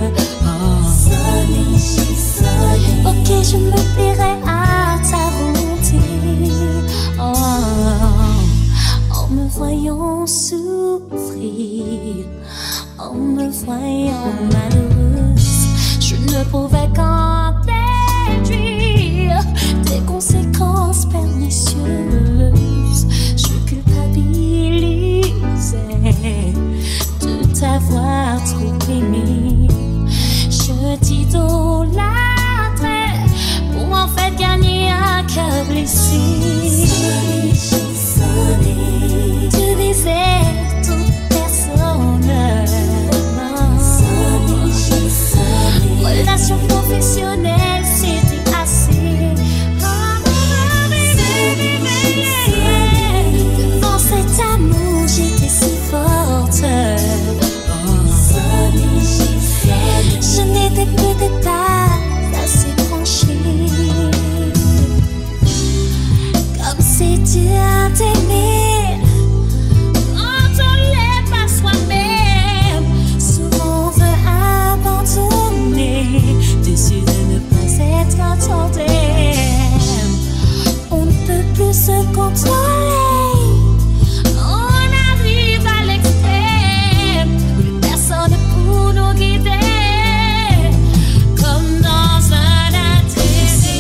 Ok, je me plierai à ta volonté. En me voyant sous En me voyant malheureuse, je ne pouvais qu'en déduire des conséquences pernicieuses. Je culpabilisais de t'avoir trop aimé. Je t'idolâtrais pour en fait gagner un cœur blessé. Tu visais toute personne. Relation professionnelle, c'était assez. Devant cet amour, j'étais si forte. Je n'étais peut-être pas assez franchie. Comme c'est dur d'aimer quand on l'est pas soi-même. Souvent on veut abandonner, déçu de ne pas être un tandem. On ne peut plus se contrôler. On arrive à l'extrême. Plus personne pour nous guider. Comme dans un atelier.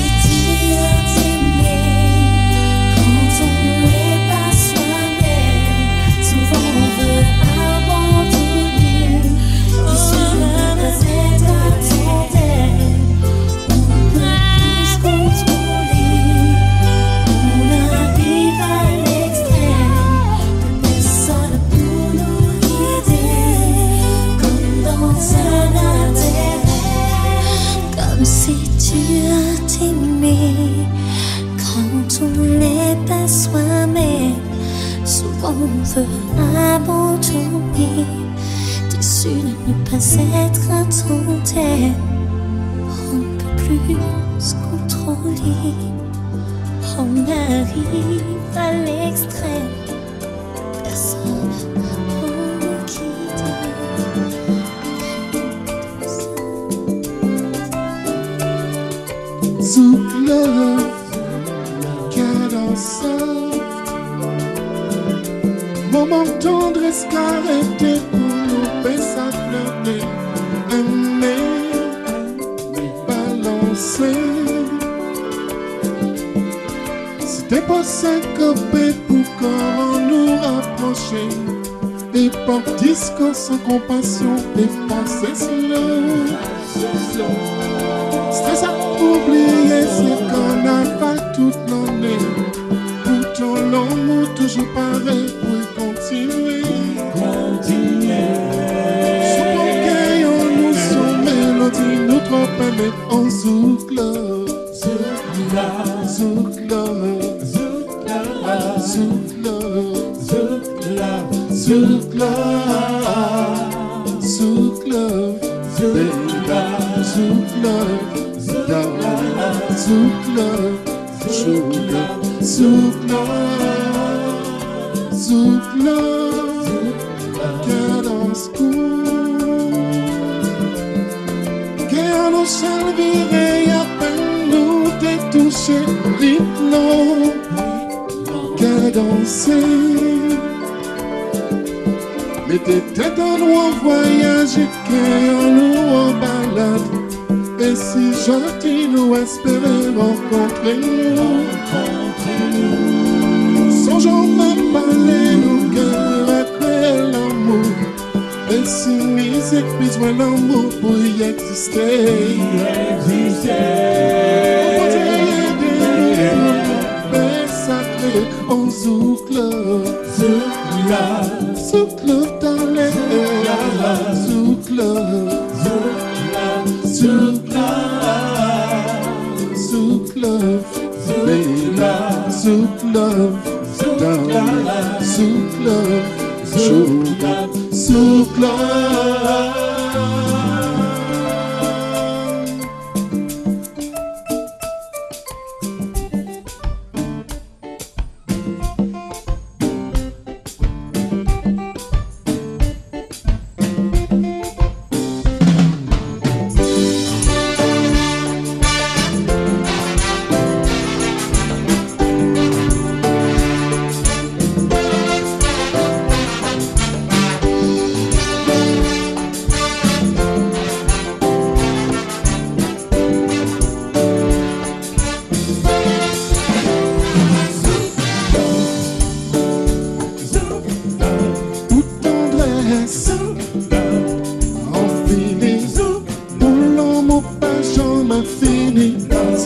Quand on n'est pas soi-même, souvent on veut abandonner. Déçu de ne pas être un tandem. On peut plus se contrôler. On arrive à l'extrême. Plus personne pour nous guider. Comme dans un intérêt. Comme si tu as t'aimé quand on n'est pas soi-même. Souvent on veut abandonner, déçu de ne pas être un tandem. On ne peut plus se contrôler. On arrive à l'extrême. Personne pour nous guider. Zouk love, cadence. Moment de tendresse arrêté pour nous baisser à flirter. Aimer, balancer. C'était pas syncopé pour qu'on nous rapprocher. Et par discours sans compassion, et passer slow. Stress à oublier, c'est qu'on a pas toute l'année. Pourtant l'amour toujours pareil pour continuer. Souvent qu'on nous son mélodie, nous trop aimés en zouk love. Zouk love, zouk love, zouk love, zouk love, zouk love, zouk love, zouk love, sugar, zouk love, zouk love, cadence cool. Qu'elle nous servirait à peine nous détoucher, rythme, cadencer. Mettez tête en nous en voyage et cœur nous en balade. Et si gentil nous espérer rencontrer nous. Songeons à parler nos cœurs à créer l'amour. Et si musique besoin d'amour pour y exister. On peut aider nous, mais sacré en zouk love. Zouk love dans les airs. Zouk love. Zouk love, baby, zouk love, darling, zouk love, sugar, zouk love.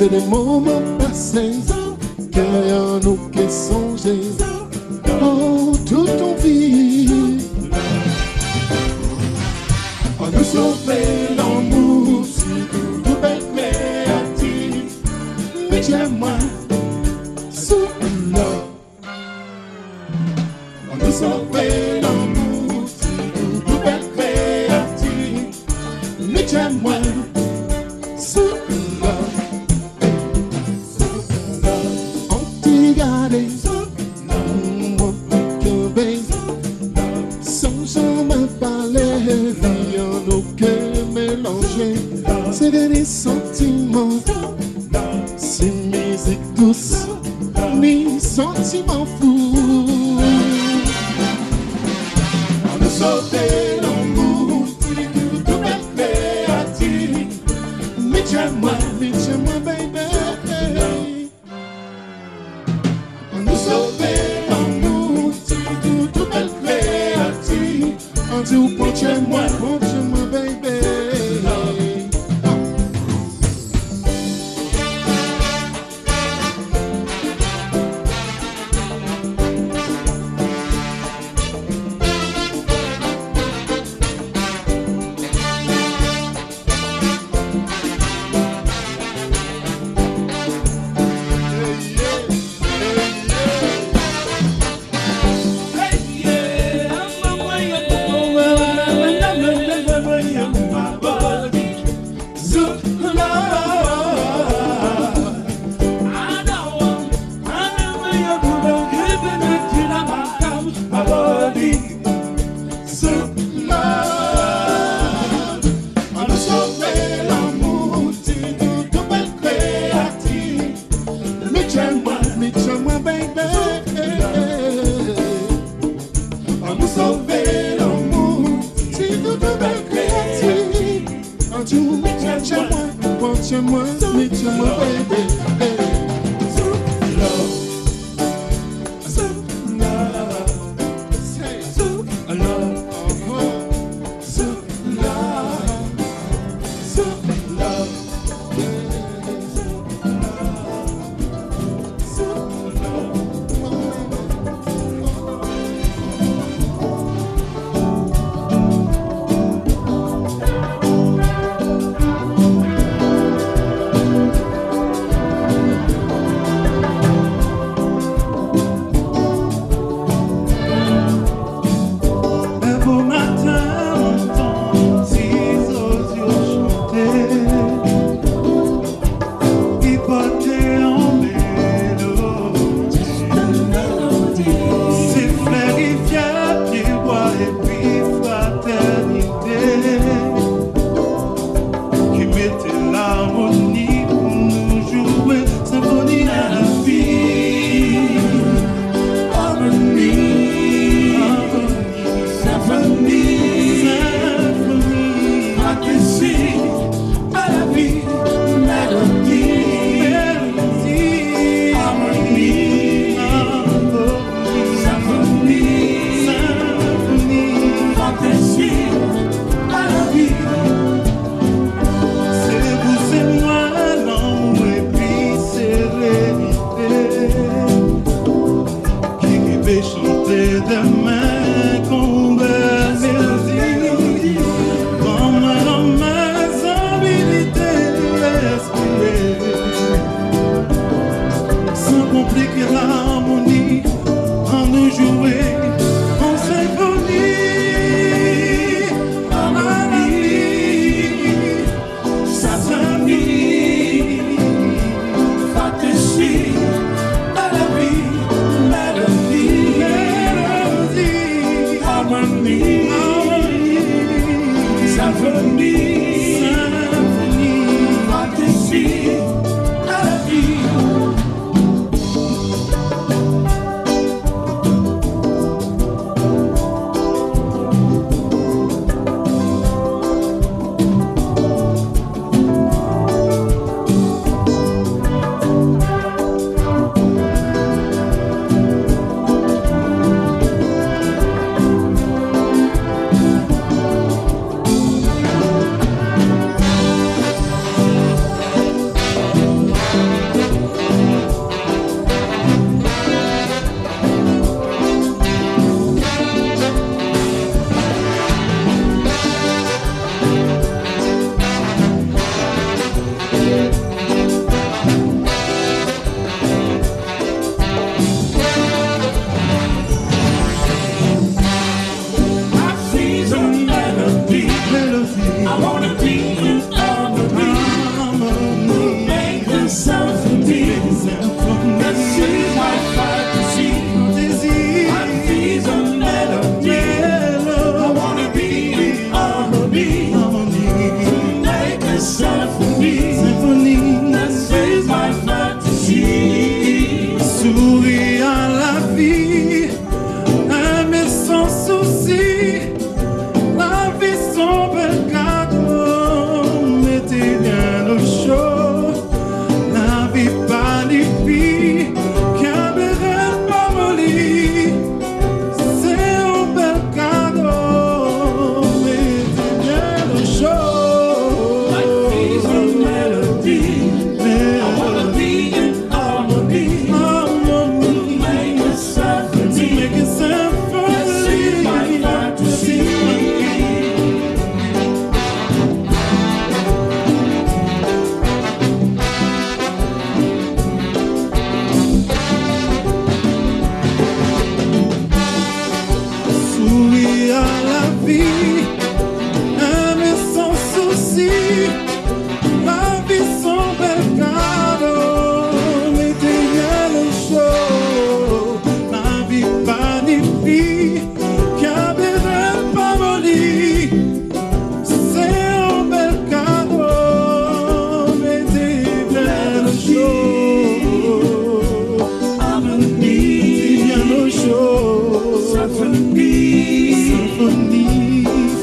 C'est des moments passés, derrière nous qui songés. Oh, toute ton vie. On nous sauver l'amour, tout belle créative. Mais j'aime-moi, sous l'eau. On nous sauver l'amour, tout belle créative. Mais j'aime-moi, sous l'eau. On t'y garde, mon petit sans jamais parler, rien nous que mélanger. C'est des sentiments, c'est musique douce, ni sentiments fous. On nous sauver l'amour, tout belle créative. Mais j'aime-moi, baby. On nous sauver l'amour, tout belle créative. On dit ou pour chez moi, baby.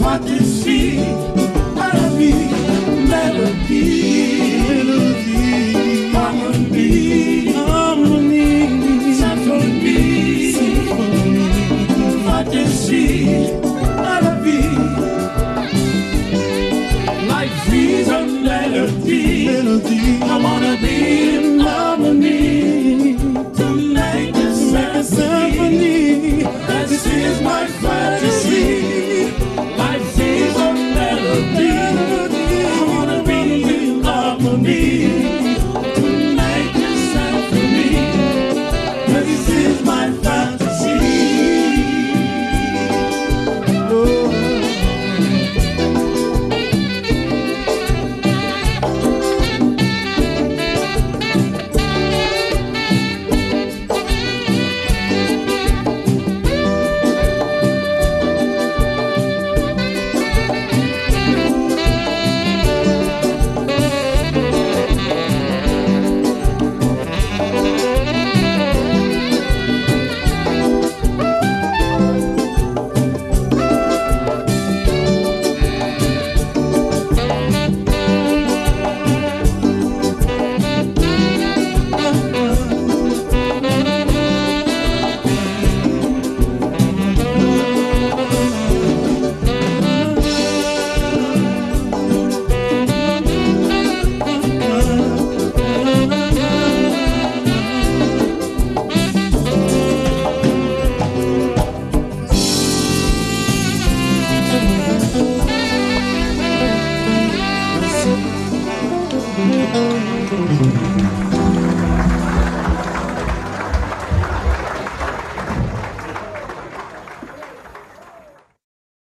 What you see, harmony, melody, harmony, symphony. What you see, harmony, life is a melody. I wanna be in harmony to make a symphony. This is my fantasy. Life is a melody. I wanna be in harmony to make a symphony. This is my fantasy.